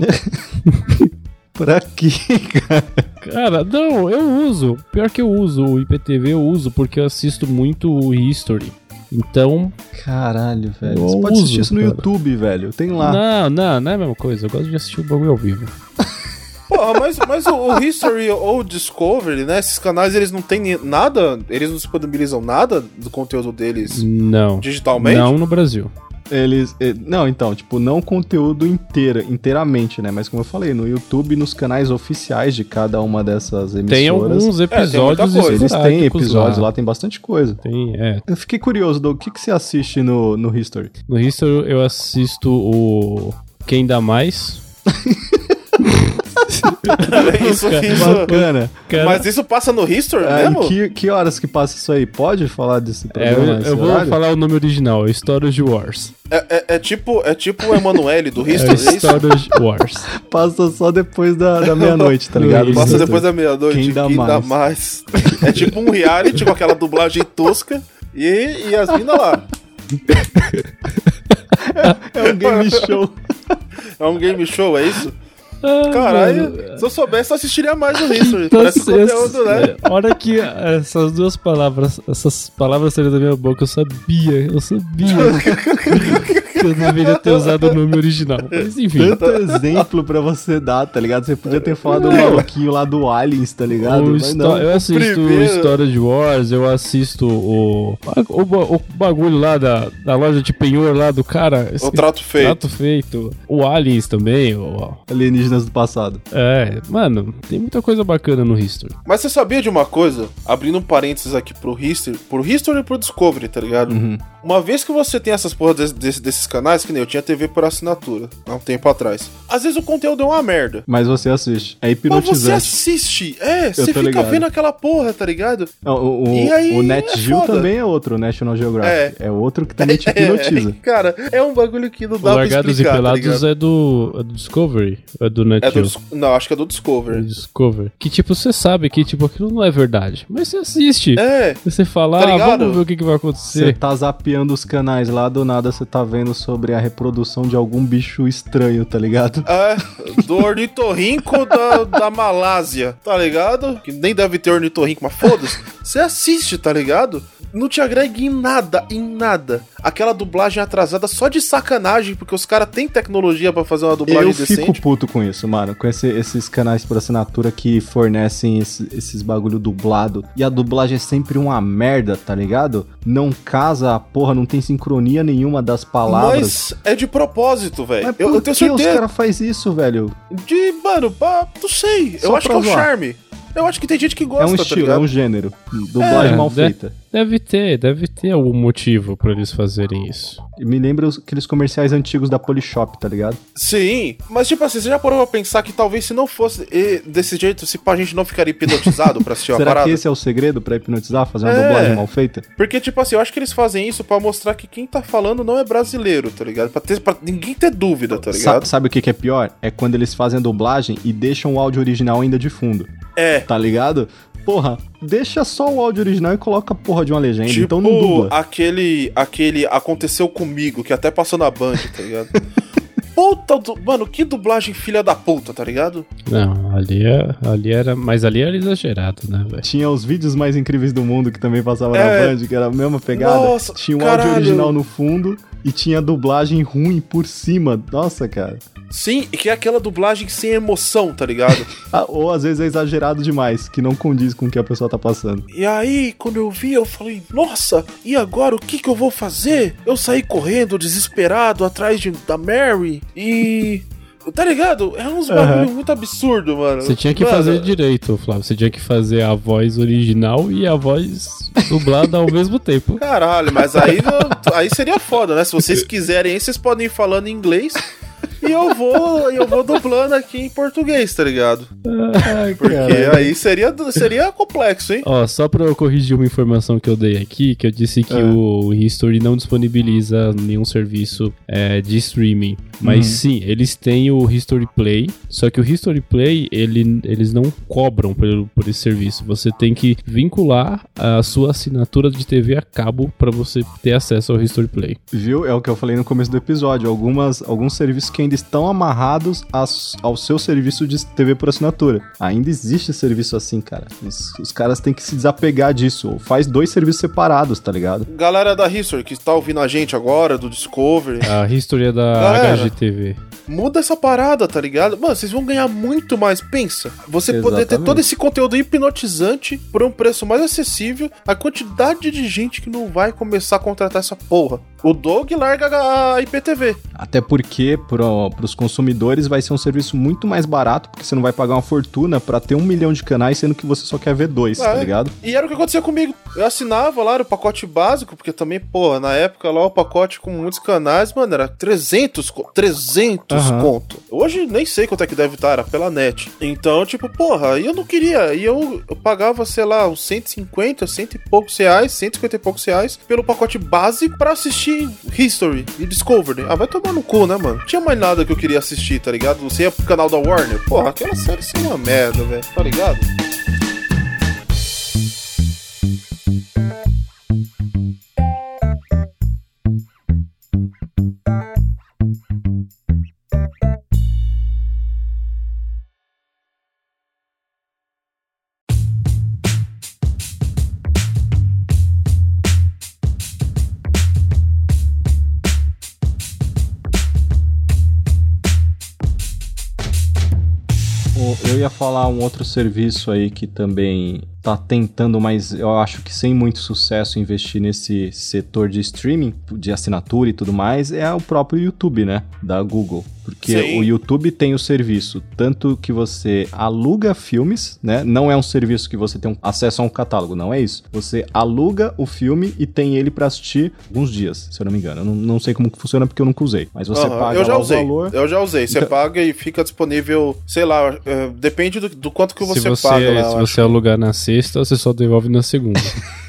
Pra quê, cara? Cara, não, eu uso. Pior que eu uso o IPTV, eu uso porque eu assisto muito o History. Então... Caralho, velho. Você pode assistir isso no YouTube, velho. Tem lá. Não é a mesma coisa. Eu gosto de assistir o bagulho ao vivo. Porra, mas o History ou o Discovery, né? Esses canais, eles não têm nada? Eles não disponibilizam nada do conteúdo deles não, digitalmente? Não no Brasil. Não, então, tipo, não conteúdo inteiramente, né? Mas como eu falei, no YouTube, nos canais oficiais de cada uma dessas emissoras... Tem alguns episódios eles têm episódios lá, tem bastante coisa. Tem. Eu fiquei curioso, Doug, o que você assiste no History? No History eu assisto o Quem Dá Mais... Isso bacana. Mas isso passa no History mesmo? Que horas que passa isso aí? Pode falar desse programa? Eu vou falar o nome original, Storage Wars. É tipo o Emanuele do History, é isso? Storage Wars. Passa só depois da meia-noite, tá ligado? Passa depois da meia-noite. Quem dá mais. É tipo um reality com aquela dublagem tosca e as minas lá. É um game show. É um game show, é isso? Caralho, se eu soubesse, eu assistiria mais no History. Parece conteúdo, né? A hora que essas palavras saíram da minha boca, eu sabia que eu deveria ter usado o nome original. Mas enfim. Tanto exemplo pra você dar, tá ligado? Você podia ter falado o maluquinho lá do Aliens, tá ligado? Eu assisto o Storage Wars, eu assisto o bagulho lá da loja de penhor lá do cara. O Trato Feito. O Aliens também. Alienígenas do passado. Mano, tem muita coisa bacana no History. Mas você sabia de uma coisa? Abrindo um parênteses aqui pro History e pro Discovery, tá ligado? Uhum. Uma vez que você tem essas porras desses canais, que nem eu tinha TV por assinatura, há um tempo atrás. Às vezes o conteúdo é uma merda. Mas você assiste. É hipnotizante. Mas você assiste. Você fica ligado. Vendo aquela porra, tá ligado? E aí, o NetGeo também é outro, o National Geographic. É outro que também te hipnotiza. Cara, é um bagulho que não dá pra explicar. Largados e Pelados é do Discovery? É do NetGeo? Não, acho que é do Discovery. Que tipo, você sabe que tipo, aquilo não é verdade. Mas você assiste. Você fala, tá vamos ver o que vai acontecer. Você tá zapeando os canais lá, do nada você tá vendo sobre a reprodução de algum bicho estranho, tá ligado? Do ornitorrinco da Malásia, tá ligado? Que nem deve ter ornitorrinco, mas foda-se. Você assiste, tá ligado? Não te agrega em nada. Aquela dublagem atrasada só de sacanagem, porque os caras têm tecnologia pra fazer uma dublagem decente. Eu fico puto com isso, mano. Com esses canais por assinatura que fornecem esses bagulho dublado. E a dublagem é sempre uma merda, tá ligado? Não casa a porra, não tem sincronia nenhuma das palavras. Mas é de propósito, velho. Eu tenho certeza. Por que os caras fazem isso, velho? Mano, não sei. Eu acho que é o charme. Eu acho que tem gente que gosta, é um estilo, tá é um gênero. Dublagem mal feita. Deve ter algum motivo pra eles fazerem isso. Me lembra aqueles comerciais antigos da Polishop, tá ligado? Sim, mas tipo assim, você já parou pra pensar que talvez se não fosse desse jeito, se a gente não ficaria hipnotizado pra assistir uma parada? Será que esse é o segredo pra hipnotizar? Fazer uma dublagem mal feita? Porque tipo assim, eu acho que eles fazem isso pra mostrar que quem tá falando não é brasileiro, tá ligado? Pra ninguém ter dúvida, tá ligado? Sabe o que é pior? É quando eles fazem a dublagem e deixam o áudio original ainda de fundo. Tá ligado? Porra, deixa só o áudio original e coloca a porra de uma legenda, Tipo, então não dubla. aquele Aconteceu Comigo, que até passou na Band, tá ligado? Puta, mano, que dublagem filha da puta, tá ligado? Não, ali era... Mas ali era exagerado, né, velho? Tinha os vídeos mais incríveis do mundo que também passava na Band, que era a mesma pegada. Nossa, tinha um caralho. áudio original no fundo e tinha dublagem ruim por cima. Nossa, cara. Sim, e que é aquela dublagem sem emoção, tá ligado? Ou às vezes é exagerado demais, que não condiz com o que a pessoa tá passando. E aí, quando eu vi, eu falei, nossa, e agora o que eu vou fazer? Eu saí correndo, desesperado, atrás da Mary, e... Tá ligado? É uns bagulho muito absurdo, mano. Você tinha que fazer direito, Flávio. Você tinha que fazer a voz original e a voz dublada ao mesmo tempo. Caralho, mas aí seria foda, né? Se vocês quiserem aí, vocês podem ir falando em inglês... E eu vou dublando aqui em português, tá ligado? Porque aí seria complexo, hein? Ó, só pra eu corrigir uma informação que eu dei aqui, que eu disse que o History não disponibiliza nenhum serviço de streaming. Mas sim, eles têm o History Play, só que o History Play, eles não cobram por esse serviço. Você tem que vincular a sua assinatura de TV a cabo pra você ter acesso ao History Play. Viu? É o que eu falei no começo do episódio. Alguns serviços que ainda estão amarrados ao seu serviço de TV por assinatura. Ainda existe serviço assim, cara. Os caras têm que se desapegar disso. Ou faz 2 serviços separados, tá ligado? Galera da History que tá ouvindo a gente agora, do Discovery. A History é da HGTV. Muda essa parada, tá ligado? Mano, vocês vão ganhar muito mais. Pensa, você poder ter todo esse conteúdo hipnotizante por um preço mais acessível, a quantidade de gente que não vai começar a contratar essa porra. O Doug larga a IPTV. Até porque pros consumidores vai ser um serviço muito mais barato, porque você não vai pagar uma fortuna pra ter 1 milhão de canais, sendo que você só quer ver 2, tá ligado? E era o que acontecia comigo. Eu assinava lá o pacote básico, porque também, porra, na época lá o pacote com muitos canais, mano, era 300 conto. Hoje nem sei quanto é que deve estar, era pela net. Então, tipo, porra, eu não queria. E eu pagava, sei lá, uns 150, 100 e poucos reais, 150 e poucos reais pelo pacote básico pra assistir History e Discovery. Ah, vai tomar no cu, né, mano? Não tinha mais nada que eu queria assistir, tá ligado? Você ia pro canal da Warner. Porra, aquela série é uma merda, velho. Tá ligado? Eu ia falar um outro serviço aí que também tá tentando, mas eu acho que sem muito sucesso, investir nesse setor de streaming, de assinatura e tudo mais, é o próprio YouTube, né? Da Google. Porque o YouTube tem o serviço, tanto que você aluga filmes, né? Não é um serviço que você tem acesso a um catálogo, não é isso. Você aluga o filme e tem ele pra assistir alguns dias, se eu não me engano. Eu não sei como que funciona porque eu nunca usei. Mas você paga o valor... Eu já usei. Você paga e fica disponível, sei lá, depende do quanto que você paga lá. Se você alugar na sexta, você só devolve na segunda.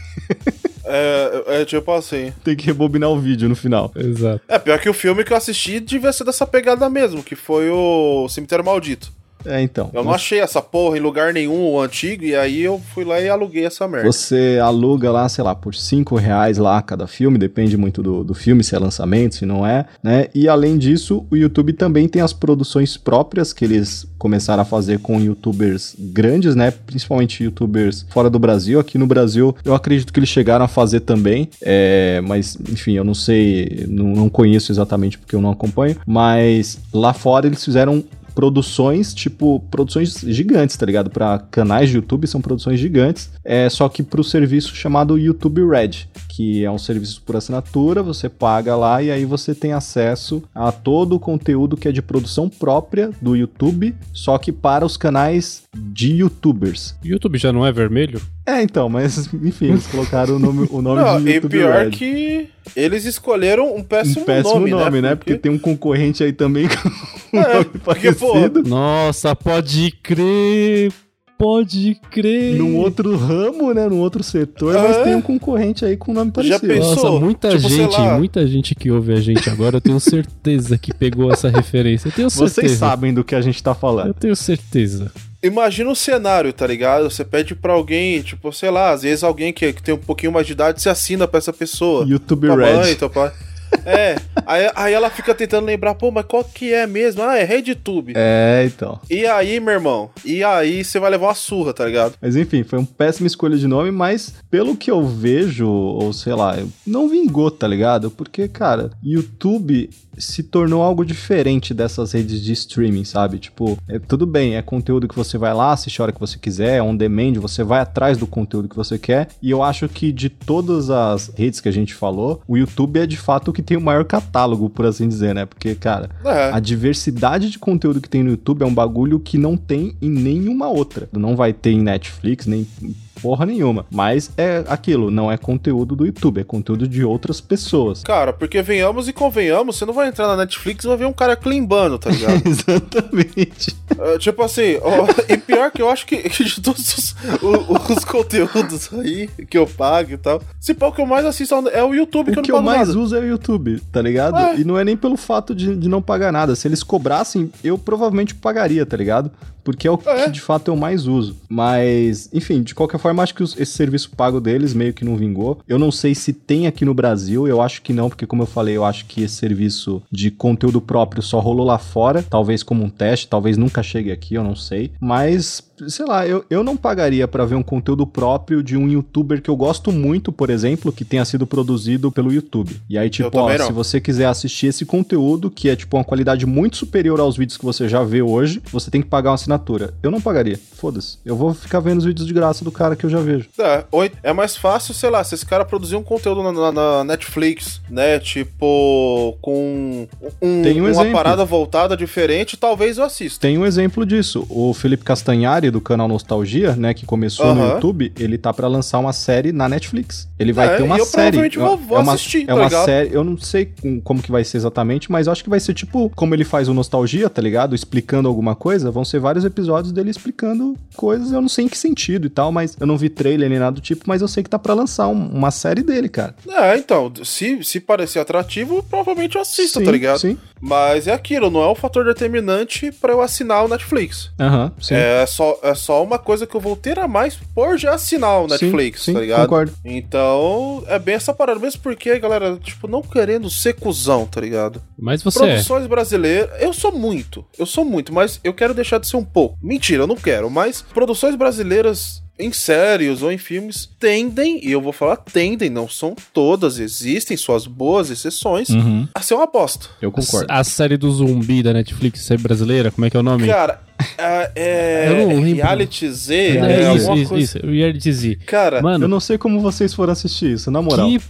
É tipo assim. Tem que rebobinar o vídeo no final. Exato. Pior que o filme que eu assisti devia ser dessa pegada mesmo, que foi o Cemitério Maldito. Então. Eu não achei essa porra em lugar nenhum, o antigo, e aí eu fui lá e aluguei essa merda. Você aluga lá, sei lá, por R$5 lá cada filme, depende muito do filme, se é lançamento, se não é, né? E além disso, o YouTube também tem as produções próprias que eles começaram a fazer com youtubers grandes, né? Principalmente youtubers fora do Brasil. Aqui no Brasil, eu acredito que eles chegaram a fazer também, mas, enfim, eu não sei, não conheço exatamente porque eu não acompanho, mas lá fora eles fizeram produções gigantes, tá ligado? Pra canais de YouTube são produções gigantes, só que pro serviço chamado YouTube Red, que é um serviço por assinatura, você paga lá e aí você tem acesso a todo o conteúdo que é de produção própria do YouTube, só que para os canais de YouTubers. O YouTube já não é vermelho? Então, mas enfim, eles colocaram o nome não, de YouTube e pior Red. Que eles escolheram um péssimo nome, né? Porque tem um concorrente aí também com um nome parecido. Nossa, pode crer! Num outro ramo, né? Num outro setor, mas tem um concorrente aí com um nome parecido. Já pensou? Nossa, muita gente que ouve a gente agora, eu tenho certeza que pegou essa referência. Eu tenho certeza. Vocês sabem do que a gente tá falando. Eu tenho certeza. Imagina um cenário, tá ligado? Você pede pra alguém, tipo, sei lá, às vezes alguém que tem um pouquinho mais de idade, você assina pra essa pessoa. YouTube tua Red. mãe, teu pai. Aí ela fica tentando lembrar, pô, mas qual que é mesmo? Ah, é RedTube. Então. E aí, meu irmão? E aí você vai levar uma surra, tá ligado? Mas enfim, foi uma péssima escolha de nome, mas pelo que eu vejo, ou sei lá, não vingou, tá ligado? Porque, cara, YouTube se tornou algo diferente dessas redes de streaming, sabe? Tipo, tudo bem, é conteúdo que você vai lá, assiste a hora que você quiser, é on demand, você vai atrás do conteúdo que você quer, e eu acho que de todas as redes que a gente falou, o YouTube é de fato o que tem o maior catálogo, por assim dizer, né? Porque, cara, a diversidade de conteúdo que tem no YouTube é um bagulho que não tem em nenhuma outra. Não vai ter em Netflix, nem porra nenhuma. Mas é aquilo, não é conteúdo do YouTube, é conteúdo de outras pessoas. Cara, porque venhamos e convenhamos, você não vai entrar na Netflix e vai ver um cara climbando, tá ligado? Exatamente. Tipo assim, e pior que eu acho que de todos os conteúdos aí que eu pago e tal, se pau que eu mais assisto é o YouTube, que eu não pago nada. O que eu mais uso é o YouTube, tá ligado? E não é nem pelo fato de não pagar nada. Se eles cobrassem, eu provavelmente pagaria, tá ligado? Porque é o que de fato eu mais uso. Mas, enfim, de qualquer forma, acho que esse serviço pago deles meio que não vingou. Eu não sei se tem aqui no Brasil, eu acho que não, porque como eu falei, eu acho que esse serviço de conteúdo próprio só rolou lá fora, talvez como um teste, talvez nunca chegue aqui, eu não sei. Mas, sei lá, eu não pagaria pra ver um conteúdo próprio de um youtuber que eu gosto muito, por exemplo, que tenha sido produzido pelo YouTube. E aí, tipo, se você quiser assistir esse conteúdo, que é, tipo, uma qualidade muito superior aos vídeos que você já vê hoje, você tem que pagar uma assinatura. Eu não pagaria. Foda-se. Eu vou ficar vendo os vídeos de graça do cara que eu já vejo. É mais fácil, sei lá, se esse cara produzir um conteúdo na Netflix, né? Tipo, com uma parada voltada diferente, talvez eu assista. Tem um exemplo disso. O Felipe Castanhari, do canal Nostalgia, né? Que começou no YouTube, ele tá pra lançar uma série na Netflix. Ele vai ter uma série. Eu provavelmente vou assistir, tá ligado? Série, eu não sei como que vai ser exatamente, mas eu acho que vai ser tipo, como ele faz o Nostalgia, tá ligado? Explicando alguma coisa, vão ser vários episódios dele explicando coisas, eu não sei em que sentido e tal, mas eu não vi trailer nem nada do tipo, mas eu sei que tá pra lançar uma série dele, cara. Então, se parecer atrativo, provavelmente eu assisto, tá ligado? Sim. Mas é aquilo, não é um fator determinante pra eu assinar o Netflix. Sim. É só uma coisa que eu vou ter a mais por já assinar o Netflix, sim, tá ligado? Concordo. Então, é bem essa parada, mesmo porque, galera, tipo, não querendo ser cuzão, tá ligado? Mas você Produções brasileiras, eu sou muito, mas eu quero deixar de ser um pouco. Mentira, eu não quero, mas produções brasileiras em séries ou em filmes tendem, e eu vou falar tendem, não são todas, existem suas boas exceções, a ser uma aposta. Eu concordo. A série do zumbi da Netflix, série brasileira, como é que é o nome? Cara, eu não lembro. Reality Z, isso, Reality Z. Cara, mano, eu não sei como vocês foram assistir isso, na moral. Que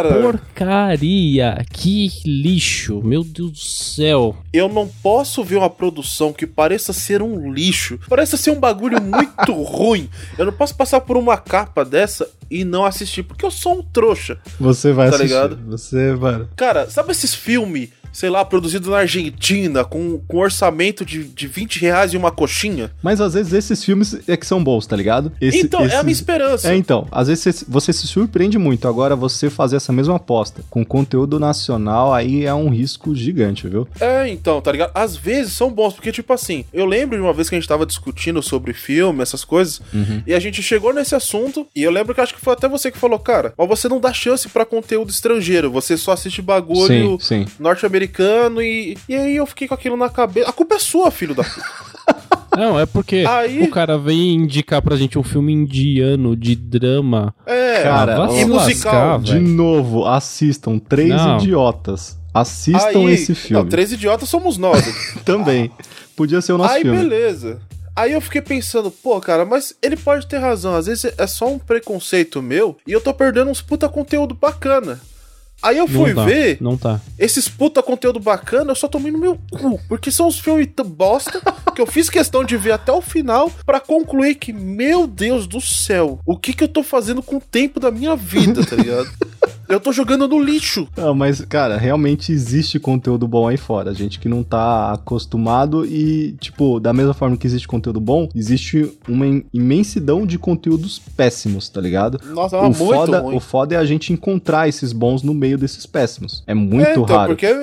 porcaria, que lixo, meu Deus do céu. Eu não posso ver uma produção que pareça ser um lixo, pareça ser um bagulho muito ruim. Eu não posso passar por uma capa dessa e não assistir, porque eu sou um trouxa. Você vai assistir, ligado? Você vai. Cara, sabe esses filmes, sei lá, produzido na Argentina, com orçamento de R$20 e uma coxinha? Mas às vezes esses filmes é que são bons, tá ligado? É a minha esperança. Então, às vezes você se surpreende muito. Agora, você fazer essa mesma aposta com conteúdo nacional, aí é um risco gigante, viu? Então, tá ligado? Às vezes são bons, porque tipo assim, eu lembro de uma vez que a gente tava discutindo sobre filme, essas coisas, e a gente chegou nesse assunto, e eu lembro que acho que foi até você que falou, cara, mas você não dá chance pra conteúdo estrangeiro, você só assiste bagulho norte-americano, e aí eu fiquei com aquilo na cabeça. A culpa é sua, filho da puta. Não, é porque o cara vem indicar pra gente um filme indiano de drama. Cara, e musical. De novo, assistam Três Idiotas. Assistam esse filme. Não, Três Idiotas somos nós. Também. Podia ser o nosso filme. Aí, beleza. Aí eu fiquei pensando, pô, cara, mas ele pode ter razão. Às vezes é só um preconceito meu e eu tô perdendo uns puta conteúdo bacana. Aí eu fui ver esses puta conteúdo bacana, eu só tomei no meu cu, porque são os filmes bosta que eu fiz questão de ver até o final pra concluir que, meu Deus do céu, o que eu tô fazendo com o tempo da minha vida, tá ligado? Eu tô jogando no lixo. Não, mas, cara, realmente existe conteúdo bom aí fora. Gente que não tá acostumado e, tipo, da mesma forma que existe conteúdo bom, existe uma imensidão de conteúdos péssimos, tá ligado? Nossa, é muito ruim. O foda é a gente encontrar esses bons no meio desses péssimos. É muito raro. Porque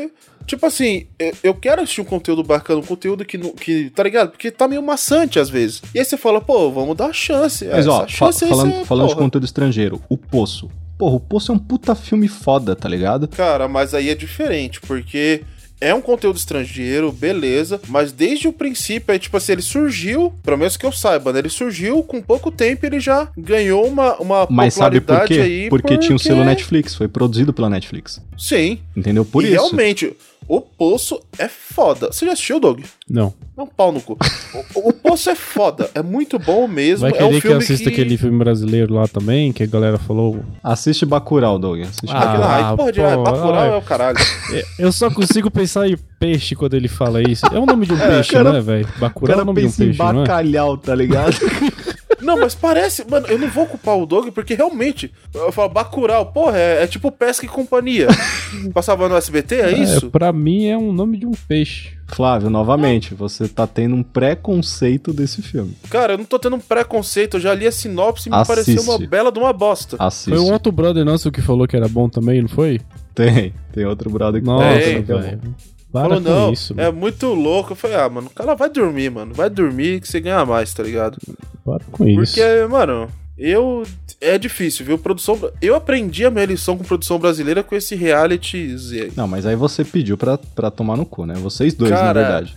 tipo assim, eu quero assistir um conteúdo bacana, um conteúdo que tá ligado? Porque tá meio maçante às vezes. E aí você fala, pô, vamos dar uma chance. Mas ó, falando de conteúdo estrangeiro, O Poço. Porra, O Poço é um puta filme foda, tá ligado? Cara, mas aí é diferente, porque é um conteúdo estrangeiro, beleza, mas desde o princípio, tipo assim, ele surgiu, pelo menos que eu saiba, né? Ele surgiu com pouco tempo, ele já ganhou uma mas sabe por popularidade quê? aí. Porque tinha o selo Netflix, foi produzido pela Netflix. Sim. Entendeu? Por e isso. Realmente, O Poço é foda. Você já assistiu, Doug? Não. É um pau no cu. O Poço é foda, é muito bom mesmo. Vai querer é um filme que eu assista aquele filme brasileiro lá também, que a galera falou... Assiste Bacurau, Doug. Assiste Bacurau é o caralho. Eu só consigo pensar em peixe quando ele fala isso. É o nome de um peixe, cara, não é, velho? Bacurau é o nome de um peixe, não é? Bacalhau, tá ligado? Não, mas parece... Mano, eu não vou culpar o Doug, porque realmente... Eu falo, Bacurau, porra, é tipo Pesca e Companhia. Passava no SBT, é isso? Pra mim é um nome de um peixe. Flávio, novamente, você tá tendo um preconceito desse filme. Cara, eu não tô tendo um preconceito, eu já li a sinopse e me pareceu uma bela de uma bosta. Assiste. Foi um outro brother nosso que falou que era bom também, não foi? Tem outro brother que Nossa, velho. Falou, não, isso, é muito louco. Eu falei, mano, o cara vai dormir, mano. Vai dormir que você ganha mais, tá ligado? Para com isso. Porque, mano, é difícil, viu? Eu aprendi a minha lição com produção brasileira com esse reality Z. Não, mas aí você pediu pra tomar no cu, né? Vocês dois, na verdade.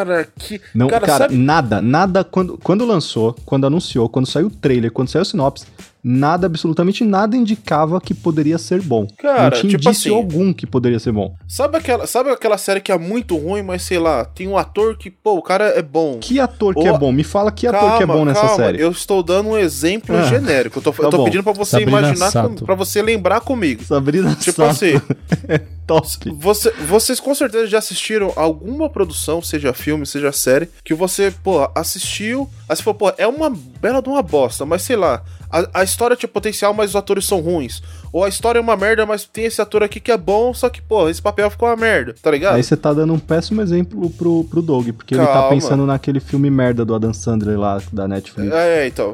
Não, cara, nada, quando lançou, quando anunciou, quando saiu o trailer, quando saiu a sinopse, absolutamente nada indicava que poderia ser bom. Cara, não tinha tipo indício assim, algum que poderia ser bom. Sabe aquela série que é muito ruim, mas sei lá, tem um ator que, pô, o cara é bom. Que ator que é bom? Me fala que ator que é bom nessa série. Eu estou dando um exemplo genérico. Eu tô pedindo pra você Sabrina imaginar, Sato. Pra você lembrar comigo. Sabrina tipo Sato. assim, top. Vocês com certeza já assistiram alguma produção, seja filme, seja série, que você, pô, assistiu, aí você falou, pô, é uma bela de uma bosta, mas sei lá, a história tinha potencial, mas os atores são ruins. Ou a história é uma merda, mas tem esse ator aqui que é bom, só que, pô, esse papel ficou uma merda, tá ligado? Aí você tá dando um péssimo exemplo pro Doug, porque ele tá pensando naquele filme merda do Adam Sandler lá, da Netflix. Então.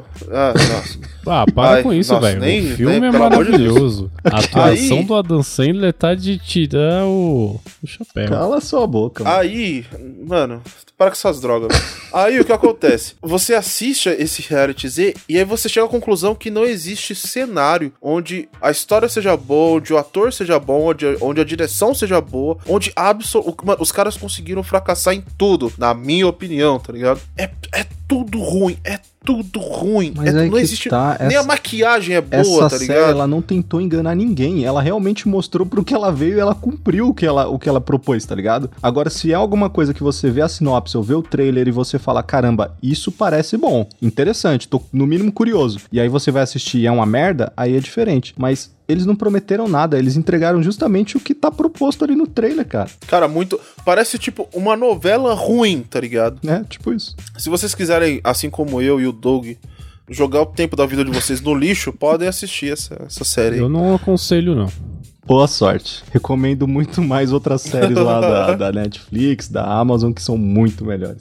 Nossa. Para com isso, velho. O filme é maravilhoso. A atuação do Adam Sandler tá de tirar o chapéu. Cala sua boca, mano. Aí, mano, para com essas drogas. Aí o que acontece? Você assiste esse reality Z e aí você chega à conclusão que não existe cenário onde a história seja boa, onde o ator seja bom, onde a direção seja boa, onde os caras conseguiram fracassar em tudo, na minha opinião, tá ligado? É tudo ruim, Mas não existe. Nem a maquiagem é boa, tá ligado? Essa série, ela não tentou enganar ninguém. Ela realmente mostrou pro que ela veio e ela cumpriu o que ela propôs, tá ligado? Agora, se é alguma coisa que você vê a sinopse ou vê o trailer e você fala, caramba, isso parece bom, interessante, tô no mínimo curioso. E aí você vai assistir e é uma merda, aí é diferente. Mas eles não prometeram nada, eles entregaram justamente o que tá proposto ali no trailer, cara. Cara, parece tipo uma novela ruim, tá ligado? É, tipo isso. Se vocês quiserem, assim como eu e o Doug, jogar o tempo da vida de vocês no lixo, podem assistir essa série aí. Eu não aconselho, não. Boa sorte. Recomendo muito mais outras séries lá da Netflix, da Amazon, que são muito melhores.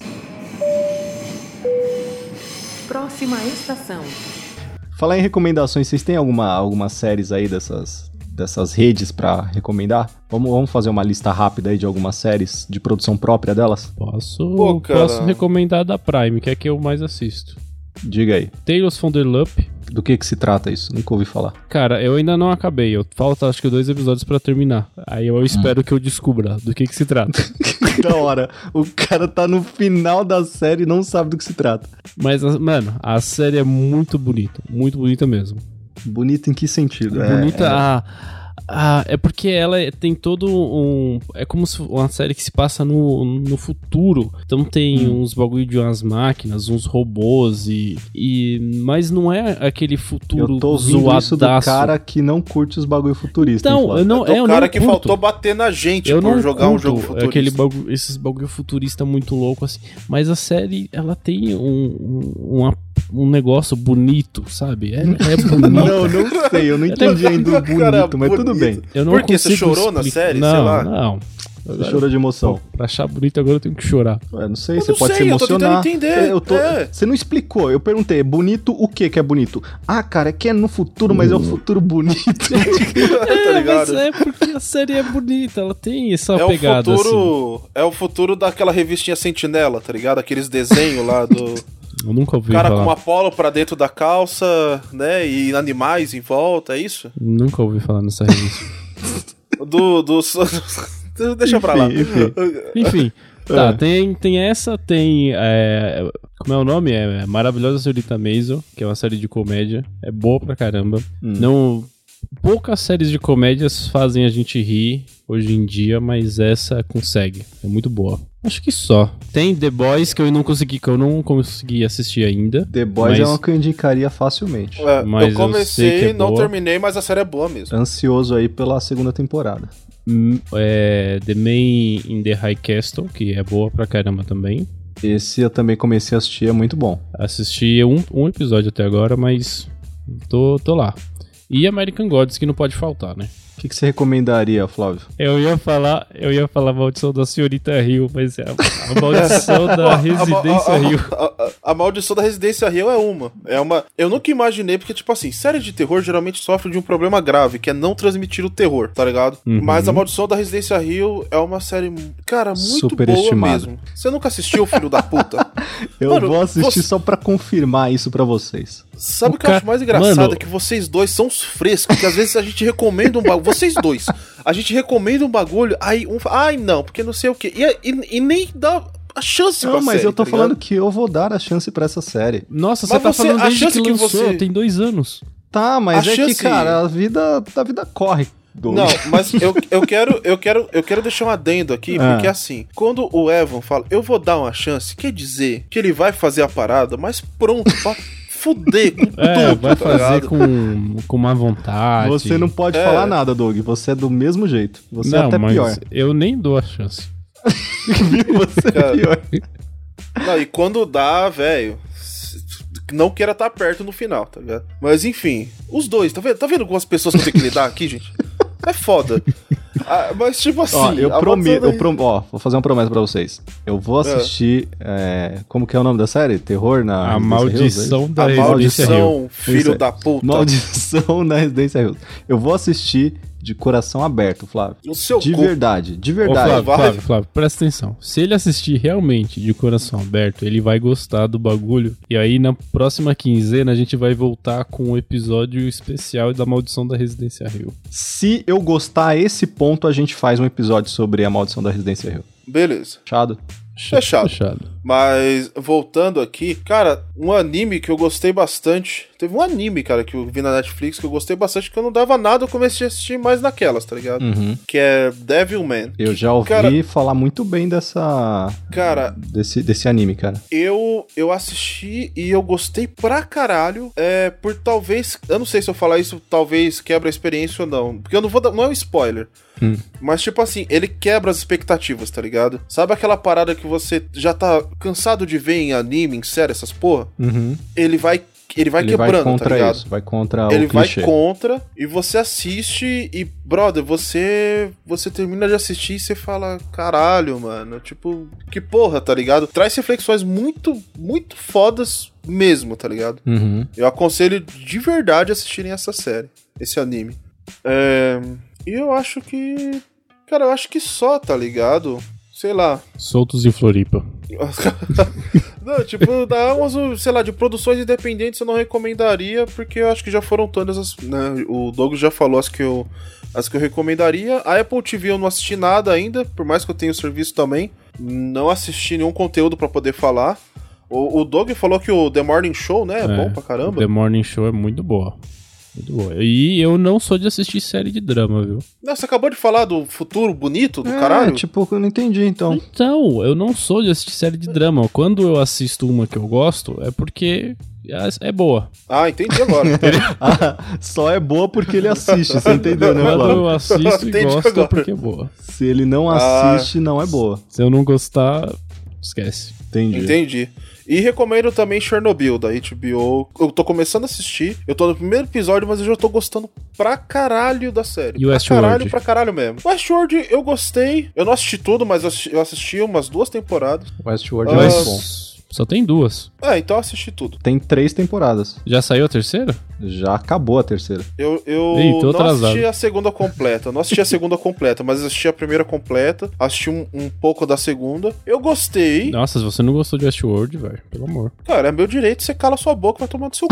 Próxima estação. Falar em recomendações, vocês têm algumas séries aí dessas redes pra recomendar? Vamos fazer uma lista rápida aí de algumas séries de produção própria delas? Posso recomendar da Prime, que é que eu mais assisto. Diga aí. Tales from the Loop. Do que se trata isso? Nunca ouvi falar. Cara, eu ainda não acabei. Falta acho que 2 episódios pra terminar. Aí eu espero que eu descubra do que se trata. Da hora. O cara tá no final da série e não sabe do que se trata. Mas, mano, a série é muito bonita. Muito bonita mesmo. Bonita em que sentido? Bonita... é porque ela tem todo um... É como se uma série que se passa no futuro. Então tem uns bagulho de umas máquinas, uns robôs mas não é aquele futuro zoadaço. Eu tô ouvindo isso do cara que não curte os bagulho futuristas. Então, o cara que faltou bater na gente por jogar um jogo futurista. Esses bagulho futurista muito louco assim. Mas a série, ela tem um negócio bonito, sabe? É bonito. Não sei, eu não entendi ainda o bonito, mas tudo bem. Eu não Por que? Você chorou na série? Não, sei lá. Não. Você chorou de emoção. Pra achar bonito agora eu tenho que chorar. Ué, não sei, você pode se emocionar. Eu tô tentando entender. Você não explicou. Eu perguntei, é bonito o que é bonito? Ah, cara, é que é no futuro, mas é um futuro bonito. Tá ligado? Mas é porque a série é bonita, ela tem essa pegada assim. É o futuro daquela revistinha Sentinela, tá ligado? Aqueles desenhos lá do... Eu nunca ouvi cara falar. com uma polo pra dentro da calça, né? E animais em volta, é isso? Nunca ouvi falar nessa revista. Deixa pra lá. Enfim. Tá, tem essa, tem... como é o nome? É Maravilhosa Senhorita Maisel, que é uma série de comédia. É boa pra caramba. Não... Poucas séries de comédias fazem a gente rir hoje em dia, mas essa consegue. É muito boa. Acho que só. Tem The Boys que eu não consegui assistir ainda. The Boys é uma que eu indicaria facilmente. Mas eu comecei, é não boa. Terminei, mas a série é boa mesmo. Ansioso aí pela segunda temporada. The Man in the High Castle, que é boa pra caramba também. Esse eu também comecei a assistir, é muito bom. Assisti um episódio até agora, mas tô lá. E American Gods, que não pode faltar, né? O que você recomendaria, Flávio? Eu ia falar Maldição da Senhorita Hill, mas é a Maldição da Residência Hill. A Maldição da Residência Hill é uma... Eu nunca imaginei, porque, tipo assim, série de terror geralmente sofre de um problema grave, que é não transmitir o terror, tá ligado? Mas a Maldição da Residência Hill é uma série, cara, muito boa mesmo. Você nunca assistiu, filho da puta? Eu vou assistir só pra confirmar isso pra vocês. Sabe o que eu acho mais engraçado? É que vocês dois são os frescos, que às vezes a gente recomenda um bagulho. Vocês dois, a gente recomenda um bagulho, aí um fala, ai não, porque não sei o quê. E nem dá a chance pra série. Não, mas eu tô tá falando ligado? que eu vou dar a chance pra essa série. Nossa, você tá falando desde que lançou, você... tem 2 anos. Tá, mas a chance... que, cara, a vida corre. Não, mas eu quero deixar um adendo aqui, porque assim, quando o Evan fala, eu vou dar uma chance, quer dizer que ele vai fazer a parada, mas pronto, pra fuder com tudo, vai tá fazer ligado? com má vontade. Você não pode falar nada, Doug, você é do mesmo jeito, você é até pior. Eu nem dou a chance. Você é pior. Não, e quando dá, velho, não queira estar perto no final, tá ligado? Mas enfim, os dois, tá vendo com as pessoas que eu tenho que lidar aqui, gente? É foda. Mas tipo assim... vou fazer uma promessa pra vocês. Eu vou assistir... como que é o nome da série? Terror na A Maldição da Residência Hill. Maldição, filho da puta. Maldição na Residência Hill. Eu vou assistir de coração aberto, Flávio. De verdade. Ô, Flávio, presta atenção. Se ele assistir realmente de coração aberto, ele vai gostar do bagulho. E aí, na próxima quinzena, a gente vai voltar com um episódio especial da Maldição da Residência Hill. Se eu gostar a esse ponto, a gente faz um episódio sobre a Maldição da Residência Hill. Beleza. Fechado? Fechado. Mas, voltando aqui, cara, um anime que eu gostei bastante. Teve um anime, cara, que eu vi na Netflix que eu gostei bastante, que eu não dava nada, eu comecei a assistir mais naquelas, tá ligado? Que é Devilman. Eu já ouvi falar muito bem desse anime, cara. Eu assisti e eu gostei pra caralho. Por talvez, eu não sei se eu falar isso, talvez quebra a experiência ou não. Porque eu não vou dar, não é um spoiler. Mas, tipo assim, ele quebra as expectativas, tá ligado? Sabe aquela parada que você já tá cansado de ver em anime, em série, essas porra? Ele vai quebrando, tá ligado? Isso, vai contra ele o clichê. Vai contra, e você assiste e, brother, você termina de assistir e você fala, caralho, mano, tipo, que porra, tá ligado? Traz reflexões muito, muito fodas mesmo, tá ligado? Eu aconselho de verdade assistirem essa série, esse anime. E eu acho que... Cara, eu acho que só, tá ligado? Sei lá. Soltos em Floripa. Não, tipo, da Amazon, sei lá, de produções independentes eu não recomendaria, porque eu acho que já foram todas as... Né? O Douglas já falou as que eu recomendaria. A Apple TV eu não assisti nada ainda, por mais que eu tenha o serviço também. Não assisti nenhum conteúdo pra poder falar. O Doug falou que o The Morning Show, né, é bom pra caramba. The Morning Show é muito boa. Muito boa. E eu não sou de assistir série de drama, viu? Não, você acabou de falar do futuro bonito do caralho? Tipo, eu não entendi, então. Então, eu não sou de assistir série de drama. Quando eu assisto uma que eu gosto, é porque é boa. Ah, entendi agora. Só é boa porque ele assiste, você entendeu, né, Quando Flávio? eu assisto e gosto agora. É porque é boa. Se ele não assiste, não é boa. Se eu não gostar, esquece. Entendi. E recomendo também Chernobyl, da HBO. Eu tô começando a assistir, eu tô no primeiro episódio, mas eu já tô gostando pra caralho da série. E o Westworld? Pra caralho mesmo. Westworld eu gostei, eu não assisti tudo, mas eu assisti umas 2 temporadas. Westworld é muito bom. Só tem 2. Então eu assisti tudo. Tem 3 temporadas. Já saiu a terceira? Já acabou a terceira. Eu Tô não atrasado. assisti a segunda completa. Eu não assisti a segunda completa, mas assisti a primeira completa. Assisti um pouco da segunda. Eu gostei. Nossa, se você não gostou de Westworld, velho, pelo amor. Cara, é meu direito, você cala sua boca e vai tomar do seu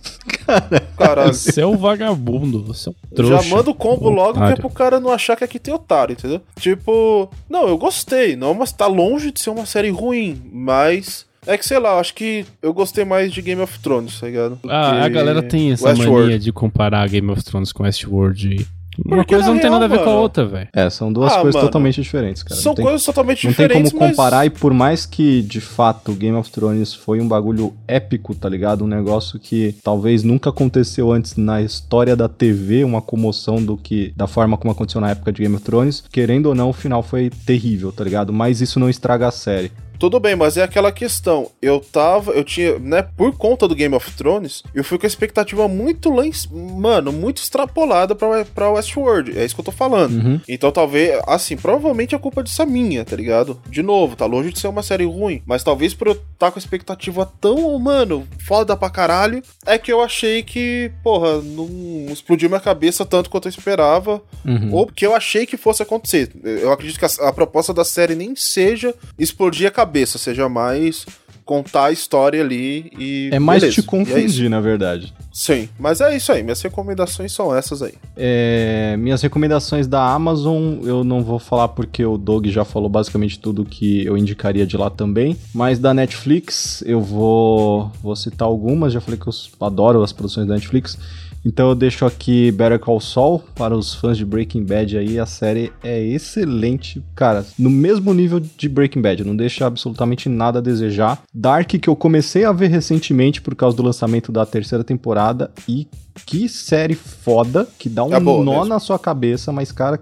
cu. Caralho. Você é um vagabundo, você é um trouxa. Já manda o combo logo que é pro cara não achar que aqui tem otário, entendeu? Tipo, não, eu gostei. Não, mas tá longe de ser uma série ruim, mas... É que, sei lá, acho que eu gostei mais de Game of Thrones, tá ligado? A galera tem essa mania de comparar Game of Thrones com Westworld. Uma coisa não tem nada a ver com a outra, velho. São duas coisas totalmente diferentes, cara. São coisas totalmente diferentes, não tem como comparar, e por mais que, de fato, Game of Thrones foi um bagulho épico, tá ligado? Um negócio que talvez nunca aconteceu antes na história da TV, uma comoção da forma como aconteceu na época de Game of Thrones. Querendo ou não, o final foi terrível, tá ligado? Mas isso não estraga a série. Tudo bem, mas é aquela questão. Eu tinha, né, por conta do Game of Thrones, eu fui com a expectativa muito muito extrapolada pra Westworld. É isso que eu tô falando. Uhum. Então talvez, assim, provavelmente a culpa disso é minha, tá ligado? De novo, tá longe de ser uma série ruim, mas talvez por eu estar com a expectativa tão, foda pra caralho, é que eu achei que, porra, não explodiu minha cabeça tanto quanto eu esperava, ou que eu achei que fosse acontecer. Eu acredito que a proposta da série nem seja explodir a cabeça, seja mais contar a história ali e... É mais te confundir, na verdade. Sim, mas é isso aí. Minhas recomendações são essas aí. Minhas recomendações da Amazon, eu não vou falar porque o Doug já falou basicamente tudo que eu indicaria de lá também, mas da Netflix eu vou citar algumas, já falei que eu adoro as produções da Netflix. Então eu deixo aqui Better Call Saul, para os fãs de Breaking Bad aí, a série é excelente, cara, no mesmo nível de Breaking Bad, não deixa absolutamente nada a desejar. Dark, que eu comecei a ver recentemente por causa do lançamento da 3ª temporada, e que série foda, que dá um nó mesmo na sua cabeça, mas cara,